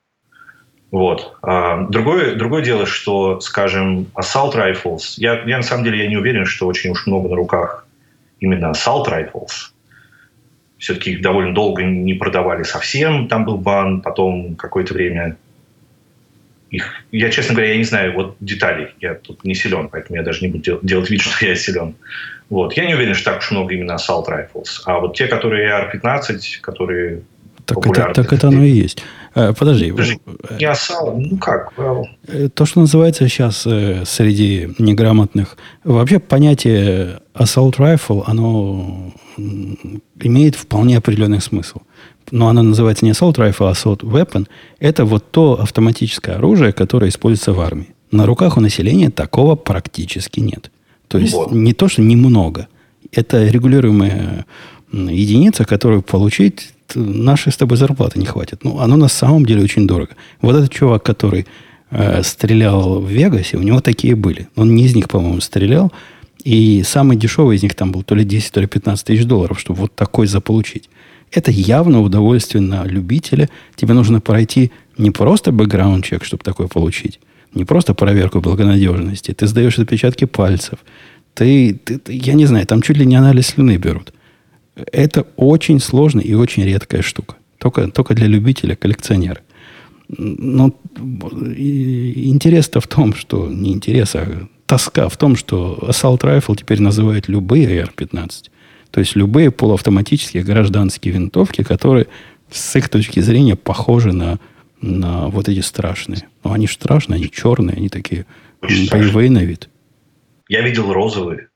Вот. Э, другое, другое дело, что, скажем, assault rifles. Я, я на самом деле я не уверен, что очень уж много на руках именно assault rifles. Все-таки их довольно долго не продавали совсем. Там был бан. Потом какое-то время их... Я, честно говоря, я не знаю вот деталей. Я тут не силен, поэтому я даже не буду дел- делать вид, что я силен. Вот. Я не уверен, что так уж много именно assault rifles. А вот те, которые эй ар пятнадцать, которые так популярны... Это, так это оно и есть. А, подожди. Подожди, не assault, ну как? Well... То, что называется сейчас э, среди неграмотных... Вообще понятие assault rifle, оно имеет вполне определенный смысл. Но оно называется не assault rifle, а assault weapon. Это вот то автоматическое оружие, которое используется в армии. На руках у населения такого практически нет. То есть вот. Не то, что немного. Это регулируемая единица, которую получить нашей с тобой зарплаты не хватит. Ну, оно на самом деле очень дорого. Вот этот чувак, который э, стрелял в Вегасе, у него такие были. Он не из них, по-моему, стрелял. И самый дешевый из них там был то ли десять, то ли пятнадцать тысяч долларов, чтобы вот такой заполучить. Это явно удовольствие на любителя. Тебе нужно пройти не просто бэкграунд-чек, чтобы такое получить, не просто проверку благонадежности. Ты сдаешь отпечатки пальцев. Ты, ты, ты, я не знаю, там чуть ли не анализ слюны берут. Это очень сложная и очень редкая штука. Только, только для любителя, коллекционера. Но интерес-то в том, что... Не интерес, а тоска в том, что assault rifle теперь называют любые эй ар пятнадцать. То есть любые полуавтоматические гражданские винтовки, которые с их точки зрения похожи на, на вот эти страшные. Но они же страшные, они черные, они такие очень боевые на вид. Я видел розовые.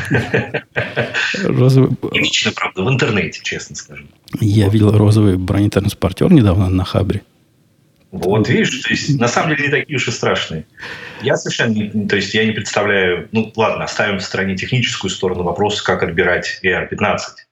Розовый... Лично, правда, в интернете, честно скажу. Я видел розовый бронетранспортер недавно на Хабре. Вот, видишь, то есть, на самом деле не такие уж и страшные. Я совершенно не, то есть, я не представляю... Ну, ладно, оставим в стороне техническую сторону вопроса, как отбирать эй ар пятнадцать.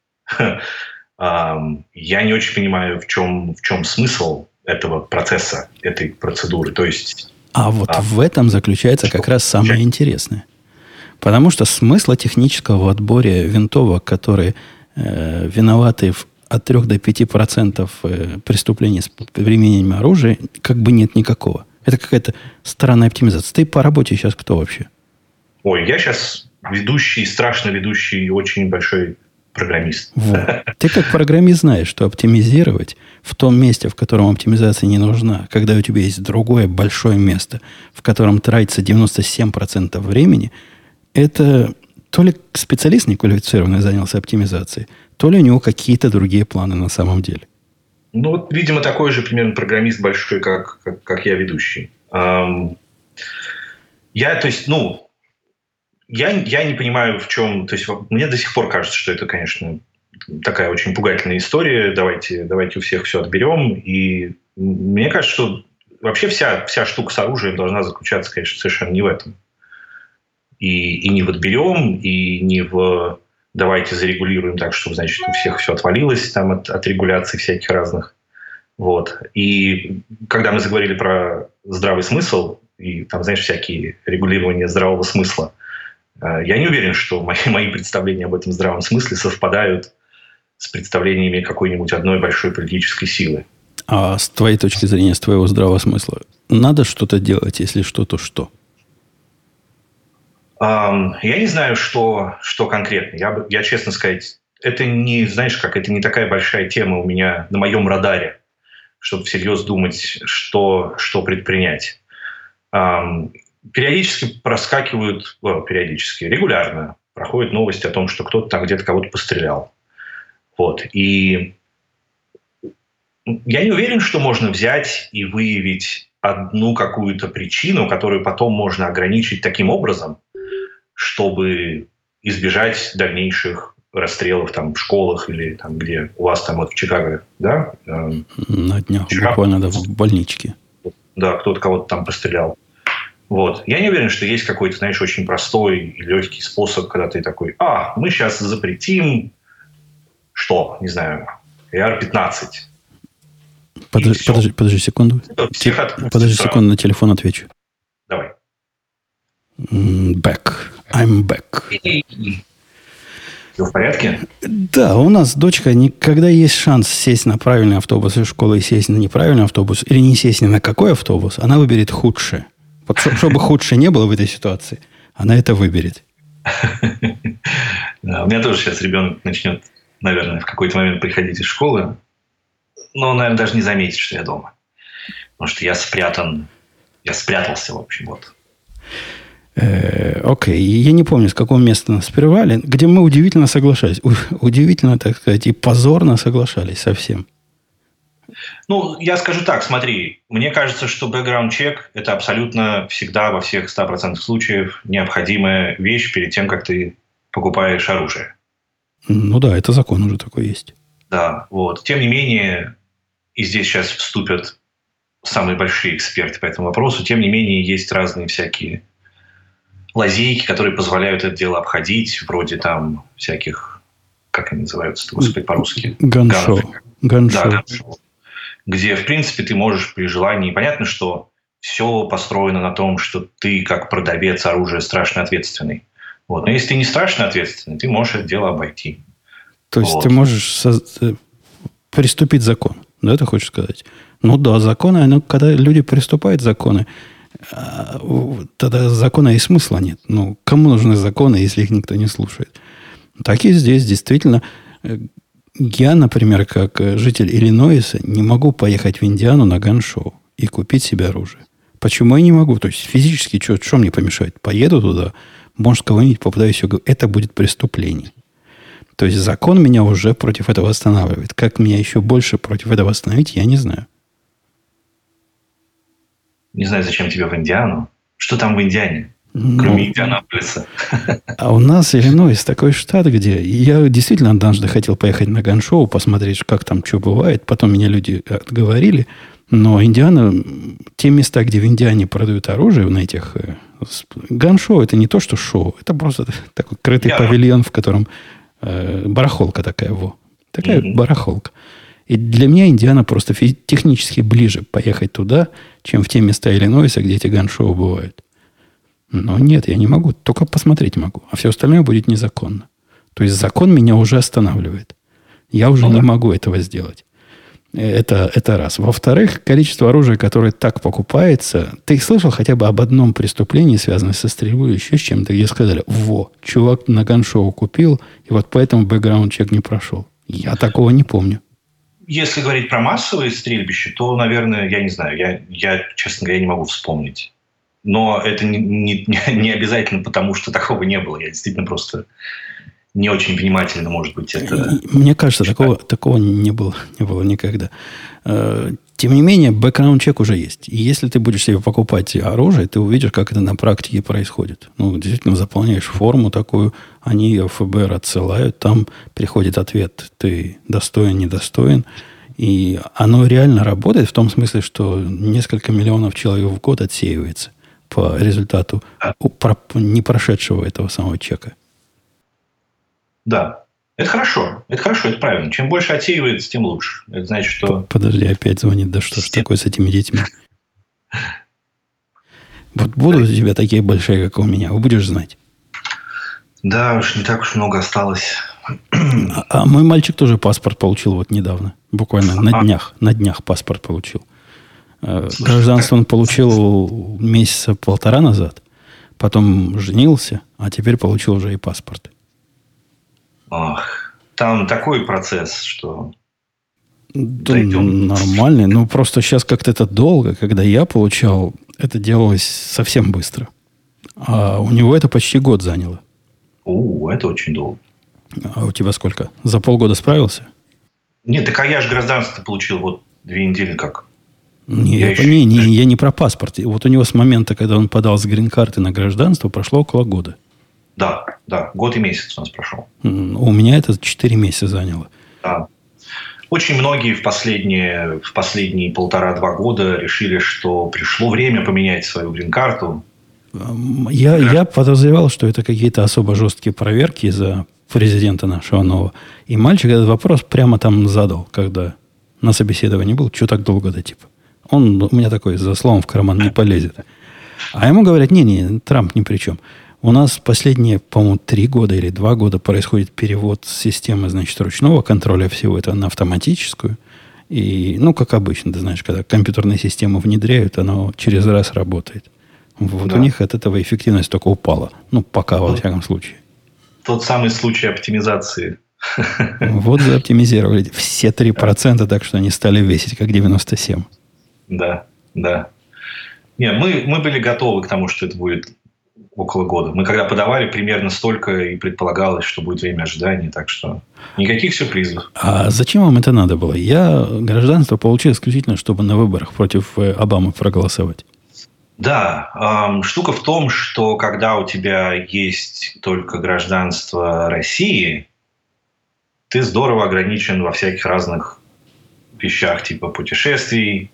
Я не очень понимаю, в чем, в чем смысл этого процесса, этой процедуры. То есть... А вот а, в этом заключается как раз самое интересное. Потому что смысла технического в отборе винтовок, которые э, виноваты в, от трёх до пяти процентов э, преступлений с применением оружия, как бы нет никакого. Это какая-то странная оптимизация. Ты по работе сейчас кто вообще? Ой, я сейчас ведущий, страшно ведущий, очень большой программист. Вот. Ты как программист знаешь, что оптимизировать в том месте, в котором оптимизация не нужна, когда у тебя есть другое большое место, в котором тратится девяносто семь процентов времени, это то ли специалист неквалифицированный занялся оптимизацией, то ли у него какие-то другие планы на самом деле. Ну, вот, видимо, такой же примерно программист большой, как, как, как я ведущий. Эм, я, то есть, ну, я, я не понимаю, в чем... То есть, мне до сих пор кажется, что это, конечно, такая очень пугательная история. Давайте, давайте у всех все отберем. И мне кажется, что вообще вся, вся штука с оружием должна заключаться, конечно, совершенно не в этом. И, и не в отберем, и не в давайте зарегулируем так, чтобы, значит, у всех все отвалилось там, от, от регуляций всяких разных. Вот. И когда мы заговорили про здравый смысл и там, знаешь, всякие регулирования здравого смысла, я не уверен, что мои, мои представления об этом здравом смысле совпадают с представлениями какой-нибудь одной большой политической силы. А с твоей точки зрения, с твоего здравого смысла, надо что-то делать, если что, то что? Я не знаю, что, что конкретно. Я, я, честно сказать, это не, знаешь, как это не такая большая тема у меня на моем радаре, чтобы всерьез думать, что, что предпринять. Периодически проскакивают, well, периодически, регулярно проходят новости о том, что кто-то там где-то кого-то пострелял. Вот. И я не уверен, что можно взять и выявить одну какую-то причину, которую потом можно ограничить таким образом, чтобы избежать дальнейших расстрелов там, в школах или там, где у вас там вот в Чикаго, да? На днях Вчера, буквально да, в больничке. Да, кто-то кого-то там пострелял. Вот. Я не уверен, что есть какой-то, знаешь, очень простой и легкий способ, когда ты такой, а, мы сейчас запретим, что, не знаю, эй ар пятнадцать. Подожди, подожди, подожди секунду. Всех подожди секунду, на телефон отвечу. Давай. Back. I'm back. Все в порядке? Да, у нас дочка, когда есть шанс сесть на правильный автобус из школы и сесть на неправильный автобус, или не сесть ни на какой автобус, она выберет худшее. Вот чтобы худшее не было в этой ситуации, она это выберет. Да, у меня тоже сейчас ребенок начнет, наверное, в какой-то момент приходить из школы, но он, наверное, даже не заметит, что я дома. Потому что я спрятан, я спрятался, в общем, вот. Окей, okay. Я не помню, с какого места нас прервали, где мы удивительно соглашались. Удивительно, так сказать, и позорно соглашались со всем. Ну, я скажу так, смотри, мне кажется, что бэкграунд-чек – это абсолютно всегда во всех ста процентах случаев необходимая вещь перед тем, как ты покупаешь оружие. Ну да, это закон уже такой есть. Да, вот. Тем не менее, и здесь сейчас вступят самые большие эксперты по этому вопросу, тем не менее, есть разные всякие лазейки, которые позволяют это дело обходить, вроде там всяких, как они называются, господи, по-русски? Ганшоу. Ганшоу. Да, ганшоу. Где, в принципе, ты можешь при желании... Понятно, что все построено на том, что ты, как продавец оружия, страшно ответственный. Вот. Но если ты не страшно ответственный, ты можешь это дело обойти. То есть, вот. Ты можешь соз... приступить закон. Да, ты хочешь сказать? Ну да, законы, оно, когда люди приступают законы, тогда закона и смысла нет. Ну, кому нужны законы, если их никто не слушает? Так и здесь, действительно... Я, например, как житель Иллинойса, не могу поехать в Индиану на ганшоу и купить себе оружие. Почему я не могу? То есть, физически, что, что мне помешает? Поеду туда, может, кого-нибудь попытаюсь, это будет преступление. То есть, закон меня уже против этого останавливает. Как меня еще больше против этого остановить, я не знаю. Не знаю, зачем тебе в Индиану. Что там в Индиане? Кроме ну, Индианаполиса. А у нас Иллинойс такой штат, где я действительно однажды хотел поехать на ганшоу, посмотреть, как там что бывает. Потом меня люди отговорили. Но Индиана, те места, где в Индиане продают оружие на этих... Ганшоу это не то, что шоу. Это просто такой крытый Я... павильон, в котором э, барахолка такая. Во. Такая mm-hmm. барахолка. И для меня Индиана просто фи- технически ближе поехать туда, чем в те места Иллинойса, где эти ганшоу бывают. Но нет, я не могу. Только посмотреть могу. А все остальное будет незаконно. То есть закон меня уже останавливает. Я уже ну, не да. могу этого сделать. Это, это раз. Во-вторых, количество оружия, которое так покупается... Ты слышал хотя бы об одном преступлении, связанном со стрельбой, еще с чем-то, где сказали, во, чувак на ганшоу купил, и вот поэтому бэкграунд-чек не прошел. Я такого не помню. Если говорить про массовые стрельбища, то, наверное, я не знаю. Я, я честно говоря, не могу вспомнить. Но это не, не, не обязательно потому, что такого не было. Я действительно просто не очень внимательно, может быть, это... Мне кажется, такого, такого не было, не было никогда. Тем не менее, бэкграунд-чек уже есть. И если ты будешь себе покупать оружие, ты увидишь, как это на практике происходит. Ну, действительно, заполняешь форму такую, они ее в эф бэ эр отсылают, там приходит ответ, ты достоин, недостоин. И оно реально работает в том смысле, что несколько миллионов человек в год отсеивается по результату не прошедшего этого самого чека. Да. Это хорошо. Это хорошо, это правильно. Чем больше отсеивается, тем лучше. Это значит, что... Подожди, опять звонит. Да что ж такое с этими детьми? Вот будут у тебя такие большие, как у меня. Вы будешь знать. Да, уж не так уж много осталось. А, а мой мальчик тоже паспорт получил вот недавно. Буквально на а. днях. На днях паспорт получил. Слушай, гражданство он получил месяца полтора назад. Потом женился, а теперь получил уже и паспорт. Ах, там такой процесс, что... Да, нормальный. Ну, просто сейчас как-то это долго. Когда я получал, это делалось совсем быстро. А у него это почти год заняло. О, это очень долго. А у тебя сколько? За полгода справился? Нет, так а я же гражданство получил вот две недели как. Не, я, еще... не, не, я не про паспорт. Вот у него с момента, когда он подал с грин-карты на гражданство, прошло около года. Да, да, год и месяц у нас прошел. У меня это четыре месяца заняло. Да. Очень многие в последние, в последние полтора-два года решили, что пришло время поменять свою грин-карту. Я, я подозревал, что это какие-то особо жесткие проверки из-за президента нашего нового. И мальчик этот вопрос прямо там задал, когда на собеседовании был, что так долго-то, типа. Он у меня такой, за словом в карман не полезет. А ему говорят, не-не, Трамп ни при чем. У нас последние, по-моему, три года или два года происходит перевод с системы, значит, ручного контроля всего этого на автоматическую. И, ну, как обычно, ты знаешь, когда компьютерные системы внедряют, оно через раз работает. Вот да. У них от этого эффективность только упала. Ну, пока, во всяком случае. Тот самый случай оптимизации. Вот заоптимизировали все три процента, так что они стали весить, как девяносто семь. Да, да. Не, мы, мы были готовы к тому, что это будет около года. Мы когда подавали, примерно столько и предполагалось, что будет время ожидания. Так что никаких сюрпризов. А зачем вам это надо было? Я гражданство получил исключительно, чтобы на выборах против Обамы проголосовать. Да. Эм, штука в том, что когда у тебя есть только гражданство России, ты здорово ограничен во всяких разных вещах, типа путешествий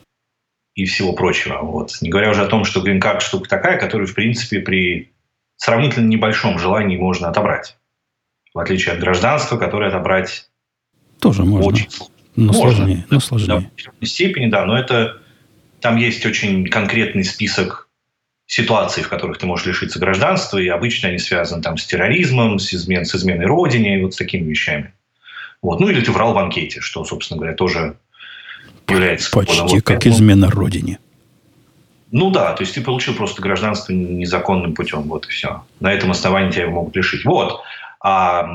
и всего прочего. Вот. Не говоря уже о том, что грин-карт штука такая, которую, в принципе, при сравнительно небольшом желании можно отобрать. В отличие от гражданства, которое отобрать тоже можно. Очень но можно. Сложнее, но сложнее. Да, в определенной степени, да. Но это там есть очень конкретный список ситуаций, в которых ты можешь лишиться гражданства, и обычно они связаны там, с терроризмом, с, измен, с изменой родине, и вот с такими вещами. Вот. Ну, или ты врал в анкете, что, собственно говоря, тоже является... Почти как измена родине. Ну да, то есть ты получил просто гражданство незаконным путем, вот и все. На этом основании тебя могут лишить. Вот. А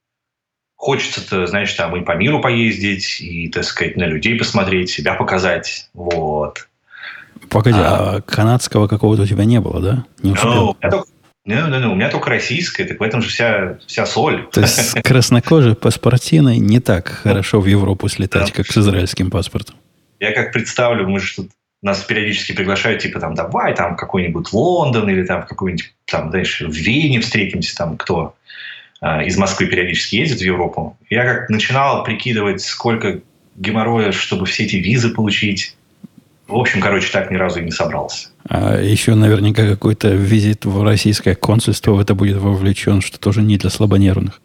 хочется-то, знаешь, там и по миру поездить, и, так сказать, на людей посмотреть, себя показать. Вот. Погоди, а, а канадского какого-то у тебя не было, да? Не успел? Ну, не, не, не, у меня только российская, так в этом же вся, вся соль. То есть с краснокожей паспортиной не так хорошо в Европу слетать, да, как с израильским паспортом. Я как представлю, мы же тут нас периодически приглашают, типа там, давай там какой-нибудь Лондон или там какой-нибудь там, знаешь, в Вене встретимся, там кто э, из Москвы периодически ездит в Европу. Я как начинал прикидывать, сколько геморроя, чтобы все эти визы получить. В общем, короче, так ни разу и не собрался. А еще наверняка какой-то визит в российское консульство в это будет вовлечен, что тоже не для слабонервных.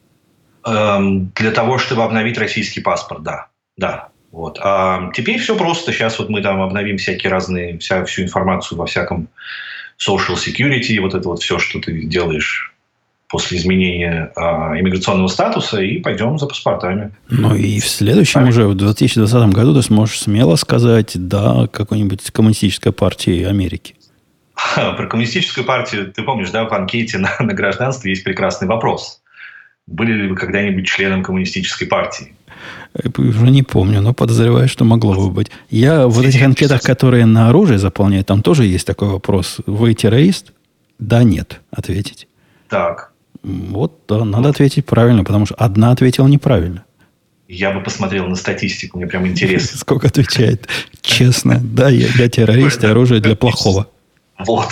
Эм, для того, чтобы обновить российский паспорт, да. Да. Вот. А теперь все просто. Сейчас вот мы там обновим всякие разные, вся, всю информацию во всяком social security, вот это вот все, что ты делаешь после изменения а, иммиграционного статуса, и пойдем за паспортами. Ну и в следующем а, уже, в две тысячи двадцатом году ты сможешь смело сказать «да» какой-нибудь коммунистической партии Америки. Про коммунистическую партию, ты помнишь, да, в анкете на, на гражданство есть прекрасный вопрос. Были ли вы когда-нибудь членом коммунистической партии? Я уже не помню, но подозреваю, что могло бы быть. Я в этих анкетах, которые на оружие заполняют, там тоже есть такой вопрос. Вы террорист? Да, нет. Ответить. Так. Вот, да, надо ответить правильно, потому что одна ответила неправильно. Я бы посмотрел на статистику, мне прям интересно. Сколько отвечает? Честно. Да, я, я террорист, и оружие для плохого. Вот.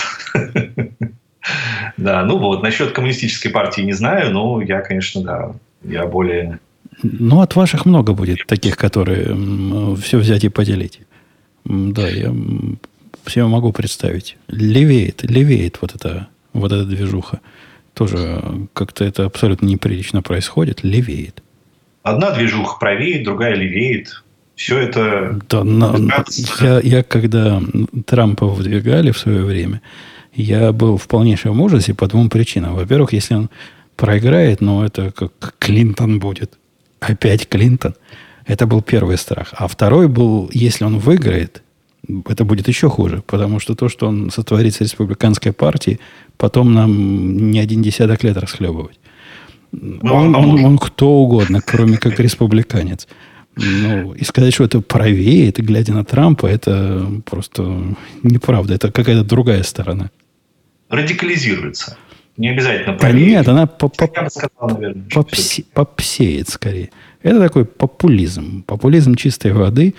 Да, ну вот, насчет коммунистической партии не знаю, но я, конечно, да, я более... Ну, от ваших много будет таких, которые все взять и поделить. Да, я все могу представить. Левеет, левеет вот эта, вот эта движуха. Тоже как-то это абсолютно неприлично происходит. Левеет. Одна движуха правеет, другая левеет. Все это... Да, на, я, я, когда Трампа выдвигали в свое время, я был в полнейшем ужасе по двум причинам. Во-первых, если он проиграет, ну, это как Клинтон будет. Опять Клинтон. Это был первый страх. А второй был, если он выиграет, это будет еще хуже. Потому что то, что он сотворит с республиканской партией, потом нам не один десяток лет расхлебывать. Он, он, он кто угодно, кроме как республиканец. Ну, и сказать, что это правее, это глядя на Трампа, это просто неправда. Это какая-то другая сторона. Радикализируется. Не обязательно правее. Да нет, она по, по, Я бы сказал, наверное, попсе, попсеет скорее. Это такой популизм. Популизм чистой воды,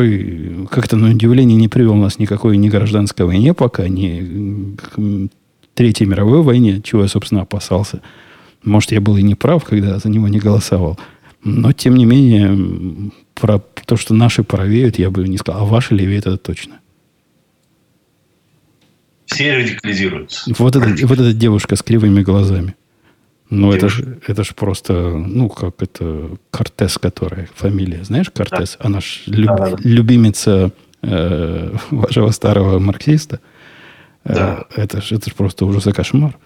который как-то на удивление не привел нас никакой ни гражданской войне пока, ни Третьей мировой войне, чего я, собственно, опасался. Может, я был и не прав, когда за него не голосовал. Но, тем не менее, про то, что наши правеют, я бы не сказал. А ваши левеют, это точно. Все радикализируются. Вот, это, вот эта девушка с кривыми глазами. Ну, это же это ж просто, ну, как это, Кортес, которая фамилия. Знаешь, Кортес? Да. Она ж люб, да, да. любимица э, вашего старого марксиста. Да. Э, это же это ж просто ужас и кошмар.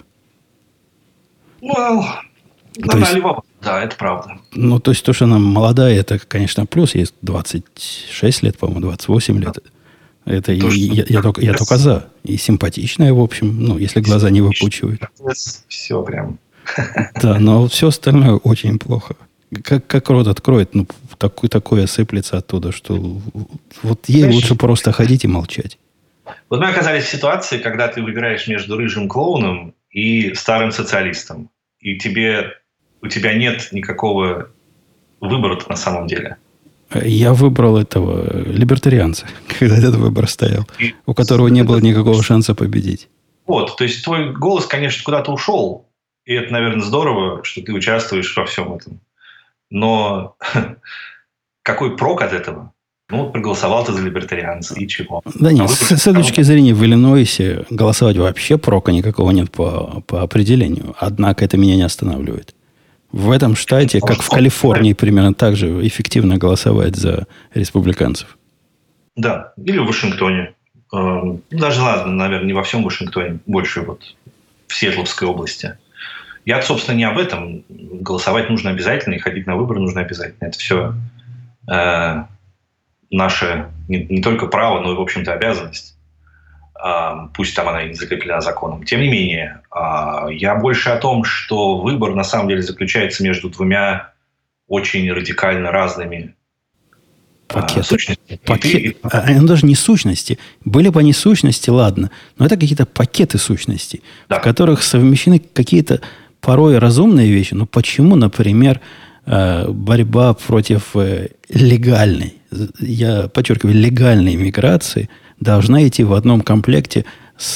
Ну, она есть, либо, да, это правда. Ну, то есть, то, что она молодая, это, конечно, плюс. Ей двадцать шесть лет, по-моему, двадцать восемь лет. Да. Это то, и, я, я, только, я только за. И симпатичная, в общем, ну, если глаза не выпучивают. Все прям... Да, но все остальное очень плохо. Как, как рот откроет, ну, такое, такое сыплется оттуда, что вот ей Знаешь, лучше просто ходить и молчать. Вот мы оказались в ситуации, когда ты выбираешь между рыжим клоуном и старым социалистом. И тебе, у тебя нет никакого выбора на самом деле. Я выбрал этого либертарианца, когда этот выбор стоял, и у которого не было никакого шанса победить. Вот, то есть твой голос, конечно, куда-то ушел. И это, наверное, здорово, что ты участвуешь во всем этом. Но какой прок от этого? Ну, проголосовал ты за либертарианца, и чего? Да нет, а с, с этой точки зрения в Иллинойсе голосовать вообще прока никакого нет по, по определению. Однако это меня не останавливает. В этом штате, как в Калифорнии, примерно так же эффективно голосовать за республиканцев. Да, или в Вашингтоне. Даже, ладно, наверное, не во всем Вашингтоне, больше вот в Сиэтловской области. Я, собственно, не об этом. Голосовать нужно обязательно, и ходить на выборы нужно обязательно. Это все э, наше не, не только право, но и, в общем-то, обязанность. Э, пусть там она и не закреплена законом. Тем не менее, э, я больше о том, что выбор на самом деле заключается между двумя очень радикально разными Пакеты. Сущности. Пакет. Они даже не сущности. Были бы они сущности, ладно. Но это какие-то пакеты сущностей, да. в которых совмещены какие-то порой разумные вещи. Но почему, например, борьба против легальной, я подчеркиваю, легальной миграции должна идти в одном комплекте с,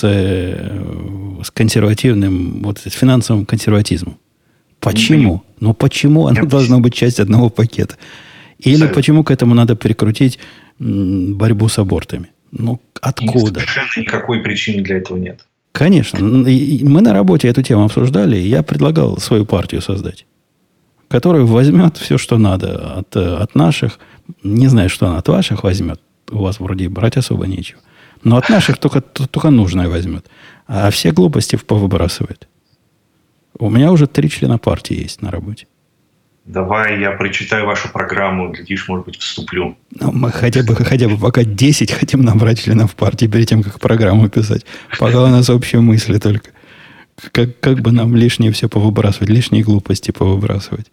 с консервативным, вот с финансовым консерватизмом? Почему? Ну почему оно должно быть часть одного пакета? Или Абсолютно. Почему к этому надо прикрутить м, борьбу с абортами? Ну, откуда? Совершенно никакой причины для этого нет. Конечно. Мы на работе эту тему обсуждали, и я предлагал свою партию создать, которая возьмет все, что надо от, от наших. Не знаю, что она от ваших возьмет. У вас вроде брать особо нечего. Но от наших только, только нужное возьмет. А все глупости повыбрасывает. У меня уже три члена партии есть на работе. Давай я прочитаю вашу программу, глядишь, может быть, вступлю. Ну, мы хотя бы, хотя бы пока десять хотим набрать членов партии перед тем, как программу писать. Пока у нас общие мысли только. Как, как бы нам лишнее все повыбрасывать, лишние глупости повыбрасывать.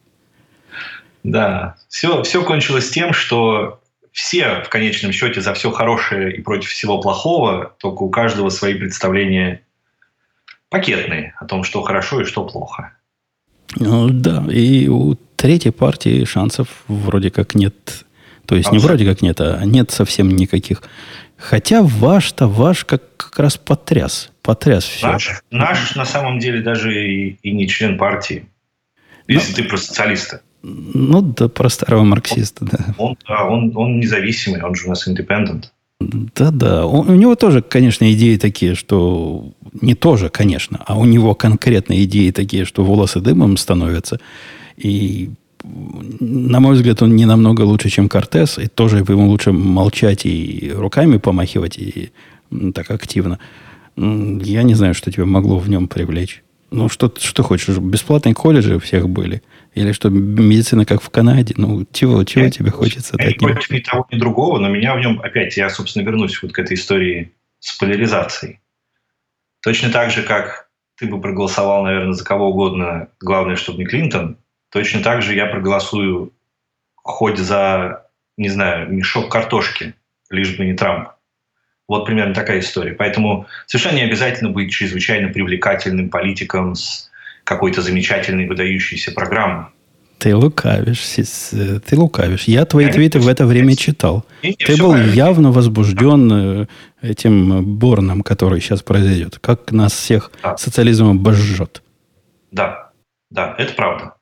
Да, все, все кончилось тем, что все в конечном счете за все хорошее и против всего плохого, только у каждого свои представления пакетные о том, что хорошо и что плохо. Ну, да, и у третьей партии шансов вроде как нет. То есть, Абсолютно. Не вроде как нет, а нет совсем никаких. Хотя ваш-то, ваш как, как раз потряс. Потряс все. Наш, наш на самом деле даже и, и не член партии. Если ну, ты про социалиста. Ну, да, про старого марксиста, он, да. Он, да он, он независимый, он же у нас индепендент. Да-да. У, у него тоже, конечно, идеи такие, что... Не тоже, конечно, а у него конкретно идеи такие, что волосы дымом становятся. И, на мой взгляд, он не намного лучше, чем Кортес. И тоже ему лучше молчать и руками помахивать и так активно. Я не знаю, что тебя могло в нем привлечь. Ну, что, что хочешь? Бесплатные колледжи у всех были? Или что, медицина как в Канаде? Ну, чего, чего я, тебе хочется? Я не против ни того, ни другого, но меня в нем, опять, я, собственно, вернусь вот к этой истории с поляризацией. Точно так же, как ты бы проголосовал, наверное, за кого угодно, главное, чтобы не Клинтон, точно так же я проголосую хоть за, не знаю, мешок картошки, лишь бы не Трамп. Вот примерно такая история. Поэтому совершенно не обязательно быть чрезвычайно привлекательным политиком с какой-то замечательной, выдающейся программой. Ты лукавишь. Ты лукавишь. Я твои Я твиты в это время читал. Не, не, Ты всё был правильно. явно возбужден этим Борном, который сейчас произойдет. Как нас всех Да. социализмом обожжет. Да, да, это правда.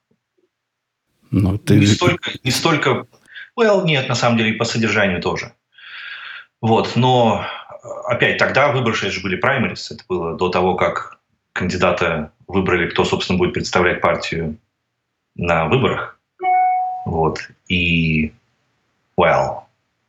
Ну, ты... Не столько, не столько... Well, нет, на самом деле и по содержанию тоже. Вот, но опять тогда выборы же были праймерис. Это было до того, как кандидата выбрали, кто, собственно, будет представлять партию на выборах. Вот. И, well,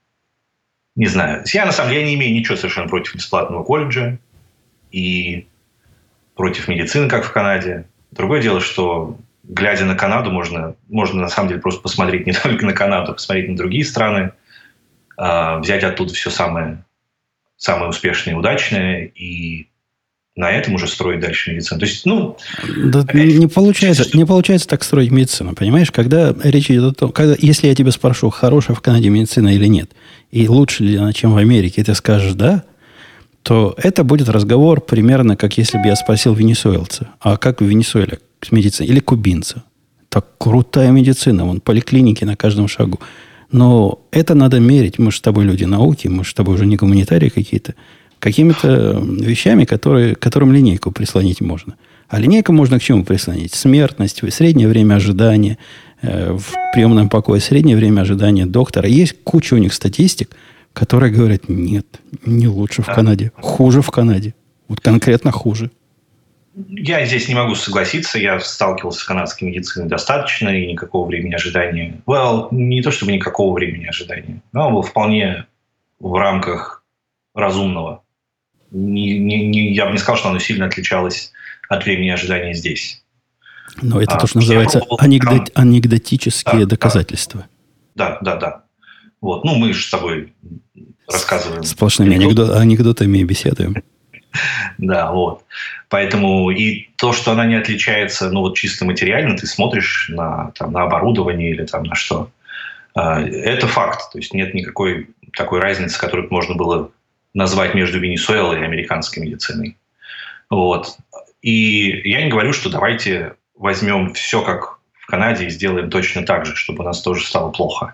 не знаю. Я, на самом деле, я не имею ничего совершенно против бесплатного колледжа и против медицины, как в Канаде. Другое дело, что, глядя на Канаду, можно, можно на самом деле просто посмотреть не только на Канаду, посмотреть на другие страны, взять оттуда все самое, самое успешное и удачное и на этом уже строить дальше медицину. То есть, ну... Да опять, не, получается, не получается так строить медицину, понимаешь? Когда речь идет о том... Когда, если я тебя спрошу, хорошая в Канаде медицина или нет, и лучше ли она, чем в Америке, и ты скажешь «да», то это будет разговор примерно, как если бы я спросил венесуэльца, а как в Венесуэле с медициной, или кубинца. Так крутая медицина, вон поликлиники на каждом шагу. Но это надо мерить. Мы же с тобой люди науки, мы же с тобой уже не гуманитарии какие-то. Какими-то вещами, которые, которым линейку прислонить можно. А линейку можно к чему прислонить? Смертность, среднее время ожидания э, в приемном покое, среднее время ожидания доктора. Есть куча у них статистик, которые говорят, нет, не лучше в Канаде. Хуже в Канаде. Вот конкретно хуже. Я здесь не могу согласиться. Я сталкивался с канадской медициной достаточно, и никакого времени ожидания. Well, не то чтобы никакого времени ожидания, но он был вполне в рамках разумного. Не, не, не, я бы не сказал, что оно сильно отличалось от времени ожидания здесь. Но это а, то, что называется анекдот, там... анекдотические да, доказательства. Да, да, да. Вот. Ну, мы же с тобой рассказываем. Сплошными анекдот, анекдотами беседуем. Да, вот. Поэтому и то, что она не отличается, ну, вот чисто материально, ты смотришь на, там, на оборудование или там на что, это факт. То есть нет никакой такой разницы, которую можно было назвать между Венесуэлой и американской медициной. Вот. И я не говорю, что давайте возьмем все как в Канаде и сделаем точно так же, чтобы у нас тоже стало плохо.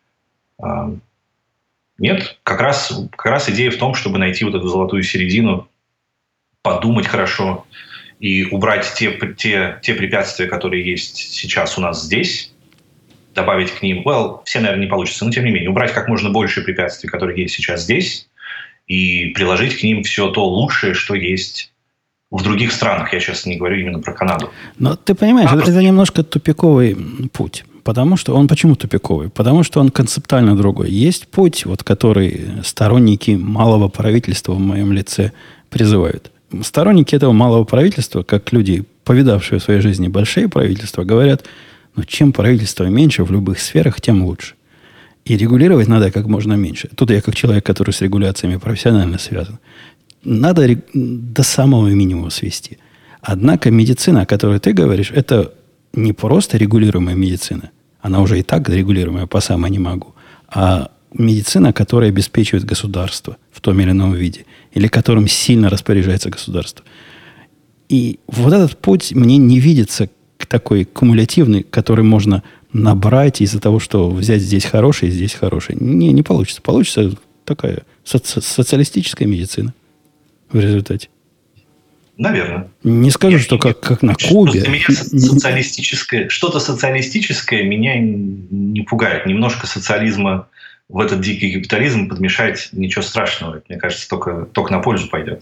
Нет, как раз, как раз идея в том, чтобы найти вот эту золотую середину, подумать хорошо и убрать те, те, те препятствия, которые есть сейчас у нас здесь, добавить к ним, well, все, наверное, не получится, но тем не менее, убрать как можно больше препятствий, которые есть сейчас здесь, и приложить к ним все то лучшее, что есть в других странах. Я сейчас не говорю именно про Канаду. Но ты понимаешь, а, это, это немножко тупиковый путь. Потому что он почему тупиковый? Потому что он концептуально другой. Есть путь, вот, который сторонники малого правительства в моем лице призывают. Сторонники этого малого правительства, как люди, повидавшие в своей жизни большие правительства, говорят, ну, чем правительство меньше в любых сферах, тем лучше. И регулировать надо как можно меньше. Тут я как человек, который с регуляциями профессионально связан. Надо рег... до самого минимума свести. Однако медицина, о которой ты говоришь, это не просто регулируемая медицина. Она уже и так регулируемая по самой не могу. А медицина, которая обеспечивает государство в том или ином виде. Или которым сильно распоряжается государство. И вот этот путь мне не видится такой кумулятивный, который можно набрать из-за того, что взять здесь хороший, здесь хороший. Не, не получится. Получится такая соци- социалистическая медицина в результате. Наверное. Не скажу, я, что как, как на Кубе. Для меня социалистическое, что-то социалистическое меня не пугает. Немножко социализма в этот дикий капитализм подмешать ничего страшного. Мне кажется, только, только на пользу пойдет.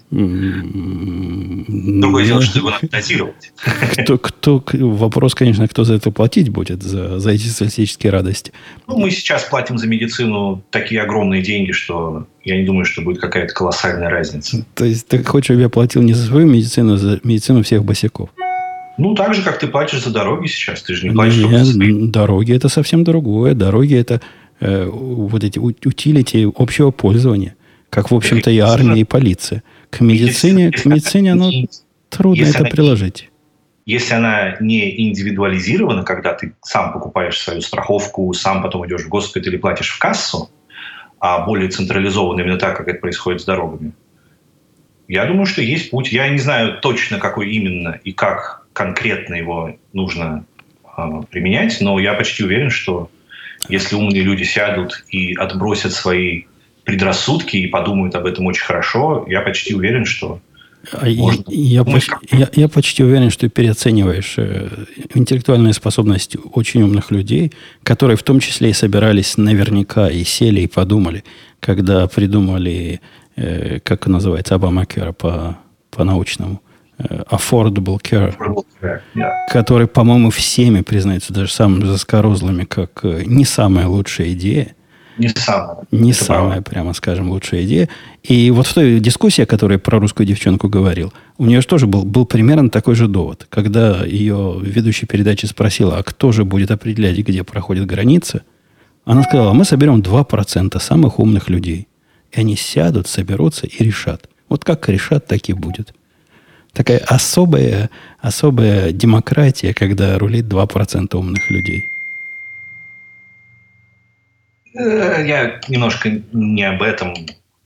Другое дело, что его надо дозировать. Кто, кто, вопрос, конечно, кто за это платить будет, за, за эти социалистические радости. Ну, мы сейчас платим за медицину такие огромные деньги, что я не думаю, что будет какая-то колоссальная разница. То есть ты хочешь, чтобы я платил не за свою медицину, а за медицину всех босиков? Ну, так же, как ты платишь за дороги сейчас. Ты же не платишь Нет, за свои. Дороги – это совсем другое. Дороги – это э, вот эти утилити общего пользования. Как, в общем-то, и армия, и полиция. К медицине, к медицине оно трудно это приложить. Если она не индивидуализирована, когда ты сам покупаешь свою страховку, сам потом идешь в госпиталь и платишь в кассу, а более централизована именно так, как это происходит с дорогами, я думаю, что есть путь. Я не знаю точно, какой именно и как конкретно его нужно применять, но я почти уверен, что если умные люди сядут и отбросят свои предрассудки и подумают об этом очень хорошо, я почти уверен, что можно... Я, почти, я, я почти уверен, что ты переоцениваешь э, интеллектуальные способности очень умных людей, которые в том числе и собирались наверняка и сели и подумали, когда придумали, э, как называется, Obamacare по, по-научному, э, Affordable Care, Affordable care yeah. который, по-моему, всеми признается, даже самыми заскорузлыми, как э, не самая лучшая идея. Не самая. Не Это самая, правда. Прямо скажем, лучшая идея. И вот в той дискуссии, о которой про русскую девчонку говорил, у нее же тоже был, был примерно такой же довод. Когда ее ведущая передачи спросила, а кто же будет определять, где проходит граница, она сказала, мы соберем два процента самых умных людей. И они сядут, соберутся и решат. Вот как решат, так и будет. Такая особая, особая демократия, когда рулит два процента умных людей. Я немножко не об этом,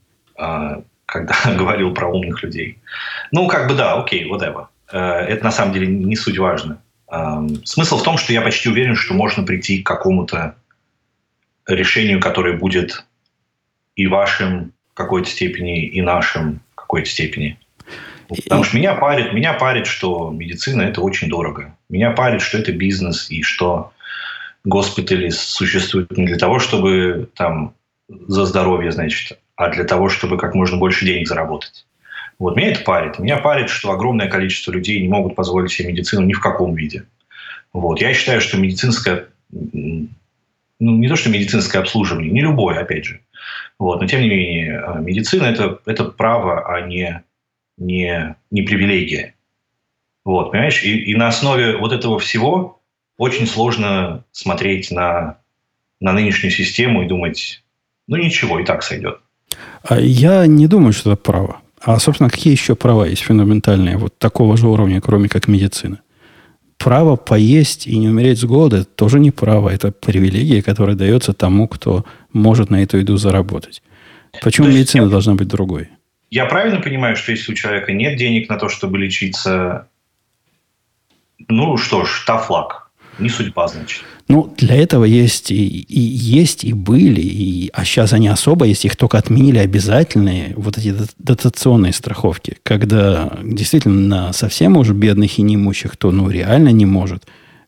когда говорил про умных людей. Ну, как бы да, окей, whatever. Это на самом деле не суть важно. Смысл в том, что я почти уверен, что можно прийти к какому-то решению, которое будет и вашим в какой-то степени, и нашим в какой-то степени. Потому что меня парит, меня парит, что медицина – это очень дорого. Меня парит, что это бизнес, и что госпитали существуют не для того, чтобы там за здоровье, значит, а для того, чтобы как можно больше денег заработать. Вот меня это парит. Меня парит, что огромное количество людей не могут позволить себе медицину ни в каком виде. Вот. Я считаю, что медицинское, ну, не то, что медицинское обслуживание, не любое, опять же. Вот. Но, тем не менее, медицина это, – это право, а не, не, не привилегия. Вот, понимаешь? И, и на основе вот этого всего очень сложно смотреть на, на нынешнюю систему и думать, ну ничего, и так сойдет. А я не думаю, что это право. А, собственно, какие еще права есть фундаментальные вот такого же уровня, кроме как медицина? Право поесть и не умереть с голода – это тоже не право. Это привилегия, которая дается тому, кто может на эту еду заработать. Почему медицина я, должна быть другой? Я правильно понимаю, что если у человека нет денег на то, чтобы лечиться, ну что ж, tough luck. Не судьба, значит. Ну, для этого есть и, и есть, и были, и, а сейчас они особо есть, их только отменили обязательные вот эти дотационные страховки, когда действительно на совсем уже бедных и неимущих, кто ну реально не может,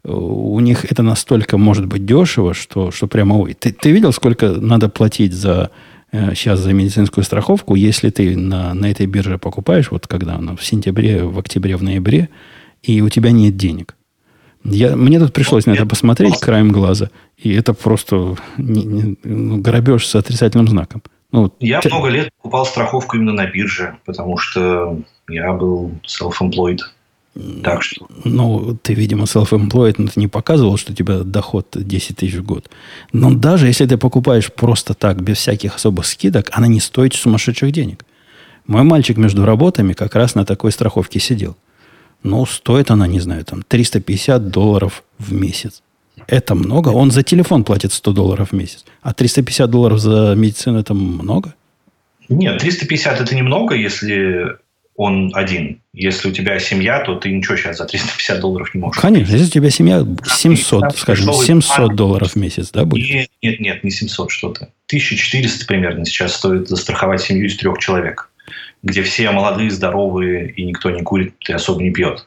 у них это настолько может быть дешево, что, что прямо ой. Ты, ты видел, сколько надо платить за сейчас за медицинскую страховку, если ты на, на этой бирже покупаешь, вот когда она в сентябре, в октябре, в ноябре, и у тебя нет денег. Я, мне тут пришлось на это посмотреть краем глаза, и это просто не, не, ну, грабеж с отрицательным знаком. Ну, я ты... много лет покупал страховку именно на бирже, потому что я был self-employed. Так что... Ну, ты, видимо, self-employed, но ты не показывал, что у тебя доход десять тысяч в год. Но даже если ты покупаешь просто так, без всяких особых скидок, она не стоит сумасшедших денег. Мой мальчик между работами как раз на такой страховке сидел. Ну, стоит она, не знаю, там триста пятьдесят долларов в месяц. Это много. Он за телефон платит сто долларов в месяц. А триста пятьдесят долларов за медицину – это много? Нет, триста пятьдесят – это немного, если он один. Если у тебя семья, то ты ничего сейчас за триста пятьдесят долларов не можешь. Конечно, если у тебя семья семьсот, скажем, семьсот долларов в месяц, да, будет? Нет, нет, нет, не семьсот что-то. тысяча четыреста примерно сейчас стоит застраховать семью из трех человек, где все молодые, здоровые, и никто не курит и особо не пьет.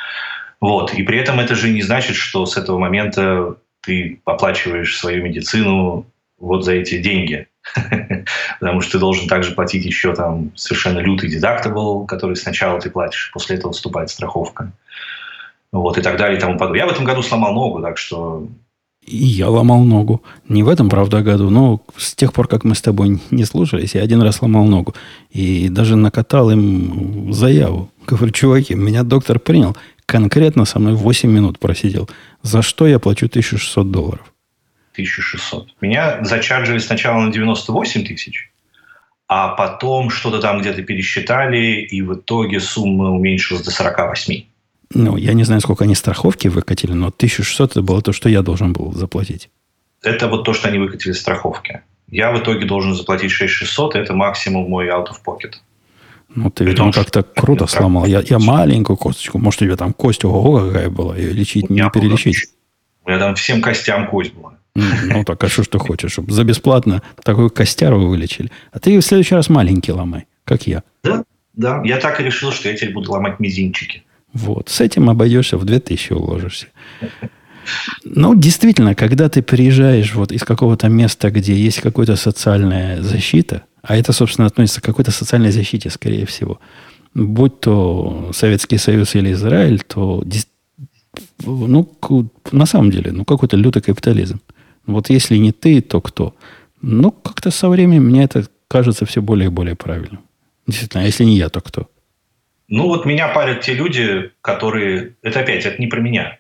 Вот. И при этом это же не значит, что с этого момента ты оплачиваешь свою медицину вот за эти деньги. Потому что ты должен также платить еще там совершенно лютый deductible, который сначала ты платишь, после этого вступает страховка. Вот, и так далее, и тому подобное. Я в этом году сломал ногу, так что... И я ломал ногу. Не в этом, правда, году, но с тех пор, как мы с тобой не слушались, я один раз ломал ногу. И даже накатал им заяву. Говорю, чуваки, меня доктор принял, конкретно со мной восемь минут просидел. За что я плачу тысячу шестьсот долларов? тысяча шестьсот. Меня зачарджили сначала на девяносто восемь тысяч, а потом что-то там где-то пересчитали, и в итоге сумма уменьшилась до сорок восемь. Ну, я не знаю, сколько они страховки выкатили, но тысяча шестьсот это было то, что я должен был заплатить. Это вот то, что они выкатили страховки. Я в итоге должен заплатить шесть тысяч шестьсот, это максимум мой out of pocket. Ну, ты, видимо, как-то круто сломал. Я, я маленькую косточку. Может, у тебя там кость ого какая была, ее лечить, не перелечить. У меня там всем костям кость была. Ну так, а что ж ты хочешь? Чтобы за бесплатно такую костяру вылечили. А ты в следующий раз маленький ломай, как я. Да, да. Я так и решил, что я теперь буду ломать мизинчики. Вот. С этим обойдешься, в две тысячи уложишься. Ну, действительно, когда ты приезжаешь вот из какого-то места, где есть какая-то социальная защита, а это, собственно, относится к какой-то социальной защите, скорее всего, будь то Советский Союз или Израиль, то, ну, на самом деле, ну, какой-то лютый капитализм. Вот если не ты, то кто? Ну, как-то со временем мне это кажется все более и более правильным. Действительно, а если не я, то кто? Ну, вот меня парят те люди, которые... Это опять, это не про меня.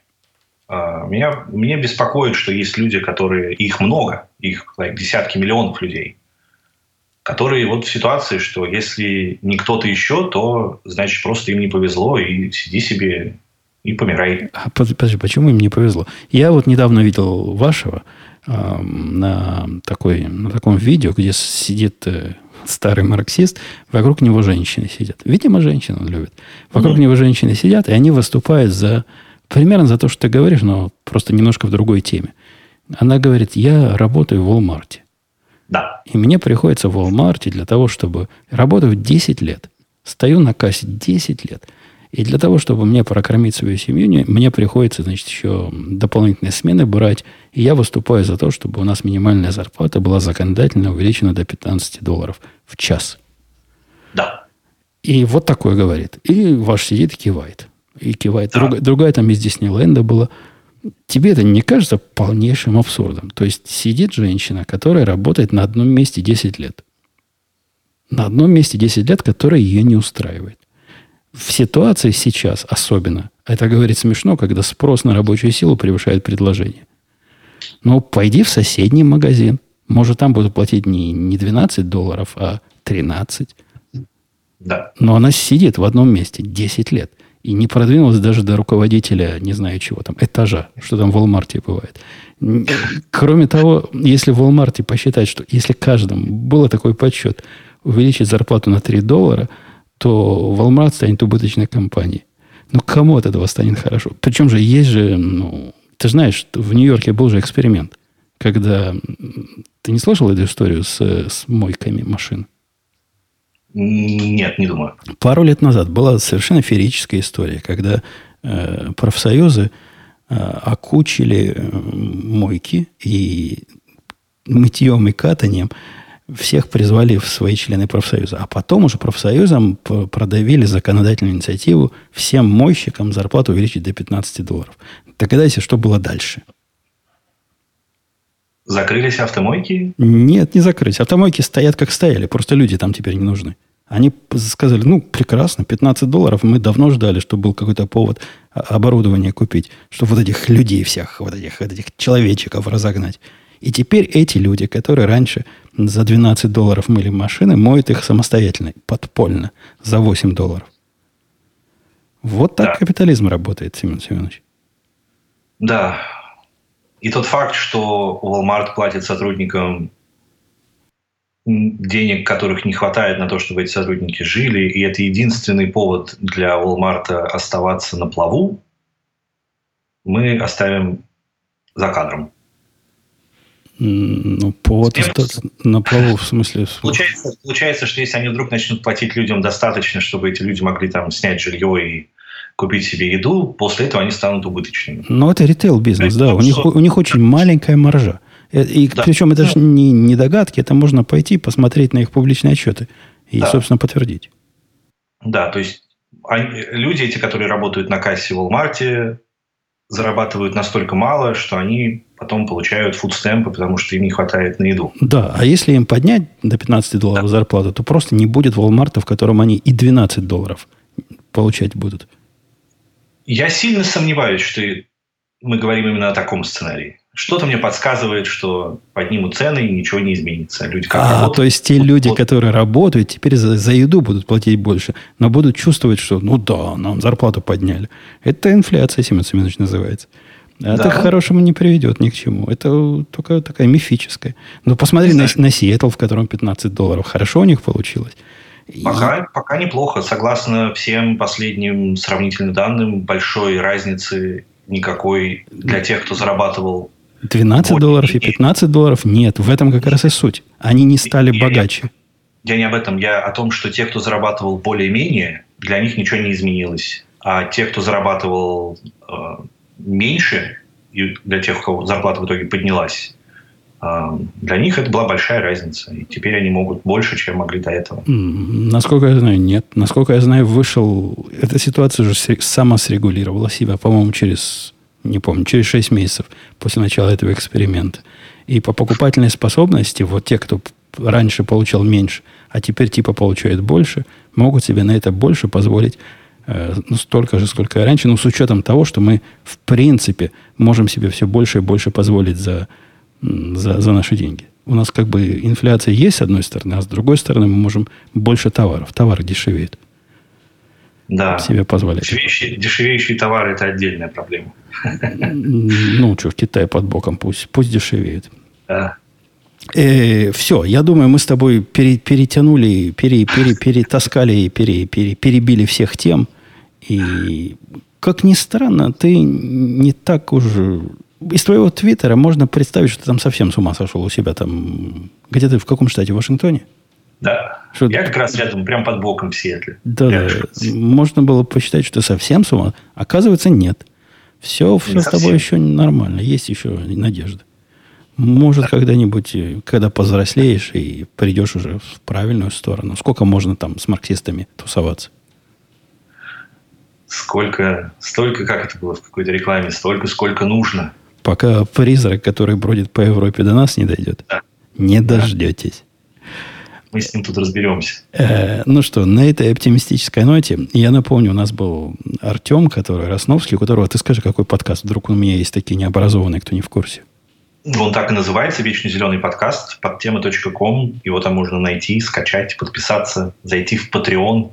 Меня, меня беспокоит, что есть люди, которые... Их много, их like, десятки миллионов людей, которые вот в ситуации, что если не кто-то еще, то, значит, просто им не повезло, и сиди себе и помирай. А подожди, почему им не повезло? Я вот недавно видел вашего э, на, такой, на таком видео, где сидит э, старый марксист, вокруг него женщины сидят. Видимо, женщин он любит. Вокруг mm-hmm. него женщины сидят, и они выступают за... Примерно за то, что ты говоришь, но просто немножко в другой теме. Она говорит, я работаю в Walmart. Да. И мне приходится в Walmart для того, чтобы... Работаю десять лет. Стою на кассе десять лет. И для того, чтобы мне прокормить свою семью, мне приходится, значит, еще дополнительные смены брать. И я выступаю за то, чтобы у нас минимальная зарплата была законодательно увеличена до пятнадцать долларов в час. Да. И вот такое говорит. И ваш сидит и кивает. И кивает. Да. Друг, другая там из Диснейленда была. Тебе это не кажется полнейшим абсурдом? То есть сидит женщина, которая работает на одном месте десять лет. На одном месте десять лет, которая ее не устраивает. В ситуации сейчас особенно, это говорит смешно, когда спрос на рабочую силу превышает предложение. Ну, пойди в соседний магазин. Может, там будут платить не, не двенадцать долларов, а тринадцать. Да. Но она сидит в одном месте десять лет. И не продвинулась даже до руководителя, не знаю чего там, этажа, что там в Walmart бывает. Кроме того, если в Walmart посчитать, что если каждому было такой подсчет, увеличить зарплату на три доллара, то Walmart станет убыточной компанией. Ну, кому от этого станет хорошо? Причем же есть же, ну, ты знаешь, в Нью-Йорке был же эксперимент, когда... Ты не слышал эту историю с, с мойками машин? Нет, не думаю. Пару лет назад была совершенно феерическая история, когда э, профсоюзы э, окучили э, мойки и мытьем и катанием всех призвали в свои члены профсоюза. А потом уже профсоюзам продавили законодательную инициативу всем мойщикам зарплату увеличить до пятнадцать долларов. Догадайся, что было дальше. Закрылись автомойки? Нет, не закрылись. Автомойки стоят, как стояли. Просто люди там теперь не нужны. Они сказали, ну, прекрасно, пятнадцать долларов. Мы давно ждали, чтобы был какой-то повод оборудование купить. Чтобы вот этих людей всех, вот этих, вот этих человечиков разогнать. И теперь эти люди, которые раньше за двенадцать долларов мыли машины, моют их самостоятельно, подпольно, за восемь долларов. Вот так да. Капитализм работает, Семен Семенович. Да. И тот факт, что Walmart платит сотрудникам денег, которых не хватает на то, чтобы эти сотрудники жили, и это единственный повод для Walmart оставаться на плаву, мы оставим за кадром. Ну, повод остаться на плаву, в смысле... Получается, получается, что если они вдруг начнут платить людям достаточно, чтобы эти люди могли там снять жилье и купить себе еду, после этого они станут убыточными. Но это ритейл-бизнес, да. У них, у них очень маленькая маржа. И да. Причем это же не, не догадки, это можно пойти посмотреть на их публичные отчеты и, да. собственно, подтвердить. Да, то есть они, люди эти, которые работают на кассе в Walmart, зарабатывают настолько мало, что они потом получают фудстемпы, потому что им не хватает на еду. Да, а если им поднять до пятнадцать долларов да. зарплату, то просто не будет Walmart, в котором они и двенадцать долларов получать будут. Я сильно сомневаюсь, что мы говорим именно о таком сценарии. Что-то мне подсказывает, что поднимут цены и ничего не изменится. Люди как а, работают, то есть те люди, вот, которые работают, теперь за, за еду будут платить больше, но будут чувствовать, что ну да, нам зарплату подняли. Это инфляция, Семен Семенович, называется. А да. Это к хорошему не приведет ни к чему. Это только такая мифическая. Но посмотри на, на Сиэтл, в котором пятнадцать долларов. Хорошо у них получилось? Пока, и... пока неплохо. Согласно всем последним сравнительным данным, большой разницы никакой для тех, кто зарабатывал двенадцать долларов и пятнадцать долларов? Нет, в этом как раз и суть. Они не стали я, богаче. Я не об этом, я о том, что те, кто зарабатывал более-менее, для них ничего не изменилось. А те, кто зарабатывал э, меньше, и для тех, у кого зарплата в итоге поднялась, для них это была большая разница. И теперь они могут больше, чем могли до этого. Насколько я знаю, нет. Насколько я знаю, вышел... Эта ситуация уже сама срегулировала себя, по-моему, через... Не помню, через шесть месяцев после начала этого эксперимента. И по покупательной способности, вот те, кто раньше получал меньше, а теперь типа получает больше, могут себе на это больше позволить э, ну, столько же, сколько и раньше. Ну, с учетом того, что мы, в принципе, можем себе все больше и больше позволить за... За, за наши деньги. У нас как бы инфляция есть с одной стороны, а с другой стороны мы можем больше товаров. Товары дешевеют. Да. Себе позволять. Дешевеющие, дешевеющие товары – это отдельная проблема. Ну, что, Китай под боком, пусть, пусть дешевеет. Да. Э, все, я думаю, мы с тобой пере, перетянули, пере, пере, перетаскали, пере, пере, перебили всех тем. И, как ни странно, ты не так уж... Из твоего твиттера можно представить, что ты там совсем с ума сошел у себя там. Где ты, в каком штате? В Вашингтоне? Да. Что я ты... как раз рядом, прям под боком в Сиэтле. Да, да. Можно было посчитать, что ты совсем с ума. Оказывается, нет. Все, все с тобой еще нормально. Есть еще надежда. Может, да. когда-нибудь, когда повзрослеешь и придешь уже в правильную сторону. Сколько можно там с марксистами тусоваться? Сколько, столько, как это было в какой-то рекламе, столько, сколько нужно. Пока призрак, который бродит по Европе, до нас не дойдет. Да. Не дождетесь. Мы с ним тут разберемся. Э, ну что, на этой оптимистической ноте, я напомню, у нас был Артем, который Росновский, у которого, ты скажи, какой подкаст? Вдруг у меня есть такие необразованные, кто не в курсе. Он так и называется, «Вечно зеленый подкаст», подтема точка ком. Его там можно найти, скачать, подписаться, зайти в Patreon.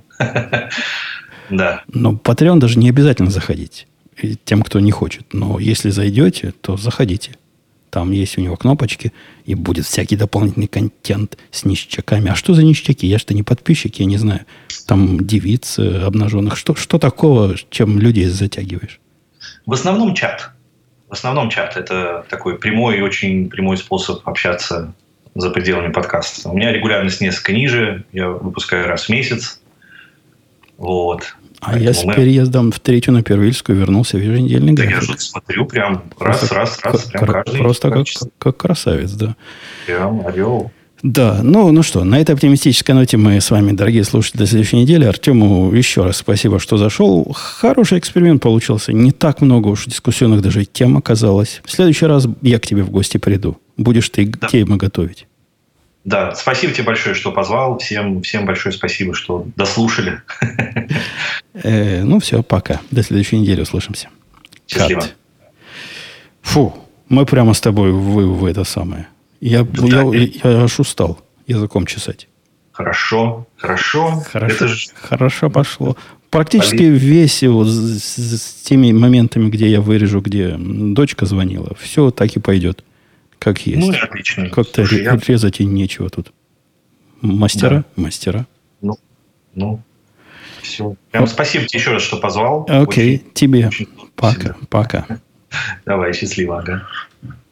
Да. Но Patreon даже не обязательно заходить. Тем, кто не хочет. Но если зайдете, то заходите. Там есть у него кнопочки, и будет всякий дополнительный контент с ништяками. А что за ништяки? Я что, не подписчик, я не знаю. Там девиц обнаженных. Что, что такого, чем людей затягиваешь? В основном чат. В основном чат. Это такой прямой, очень прямой способ общаться за пределами подкаста. У меня регулярность несколько ниже. Я выпускаю раз в месяц. Вот. А поэтому я с мы... переездом в третью на Первильскую вернулся в еженедельный да график. Я же смотрю прям раз, просто, раз, раз. Как, прям каждый просто как, как, как красавец, да. Прям орел. Да, ну, ну что, на этой оптимистической ноте мы с вами, дорогие слушатели, до следующей недели. Артему еще раз спасибо, что зашел. Хороший эксперимент получился. Не так много уж дискуссионных даже тем оказалось. В следующий раз я к тебе в гости приду. Будешь ты да. темы готовить. Да, спасибо тебе большое, что позвал. Всем, всем большое спасибо, что дослушали. Э, ну, все, пока. До следующей недели услышимся. Счастливо. Кат. Фу, мы прямо с тобой в, в это самое. Я, да, я, я, я аж устал языком чесать. Хорошо, хорошо. Хорошо, это же... хорошо пошло. Практически Полез... весь вот с, с, с теми моментами, где я вырежу, где дочка звонила, все так и пойдет. Как есть. Ну, и отлично. Как-то Слушай, ре- я... резать и нечего тут. Мастера? Да. Мастера. Ну, ну, все. Прям О- спасибо тебе еще раз, что позвал. Окей, okay. тебе. Очень... Пока, пока. Давай, счастливо, ага.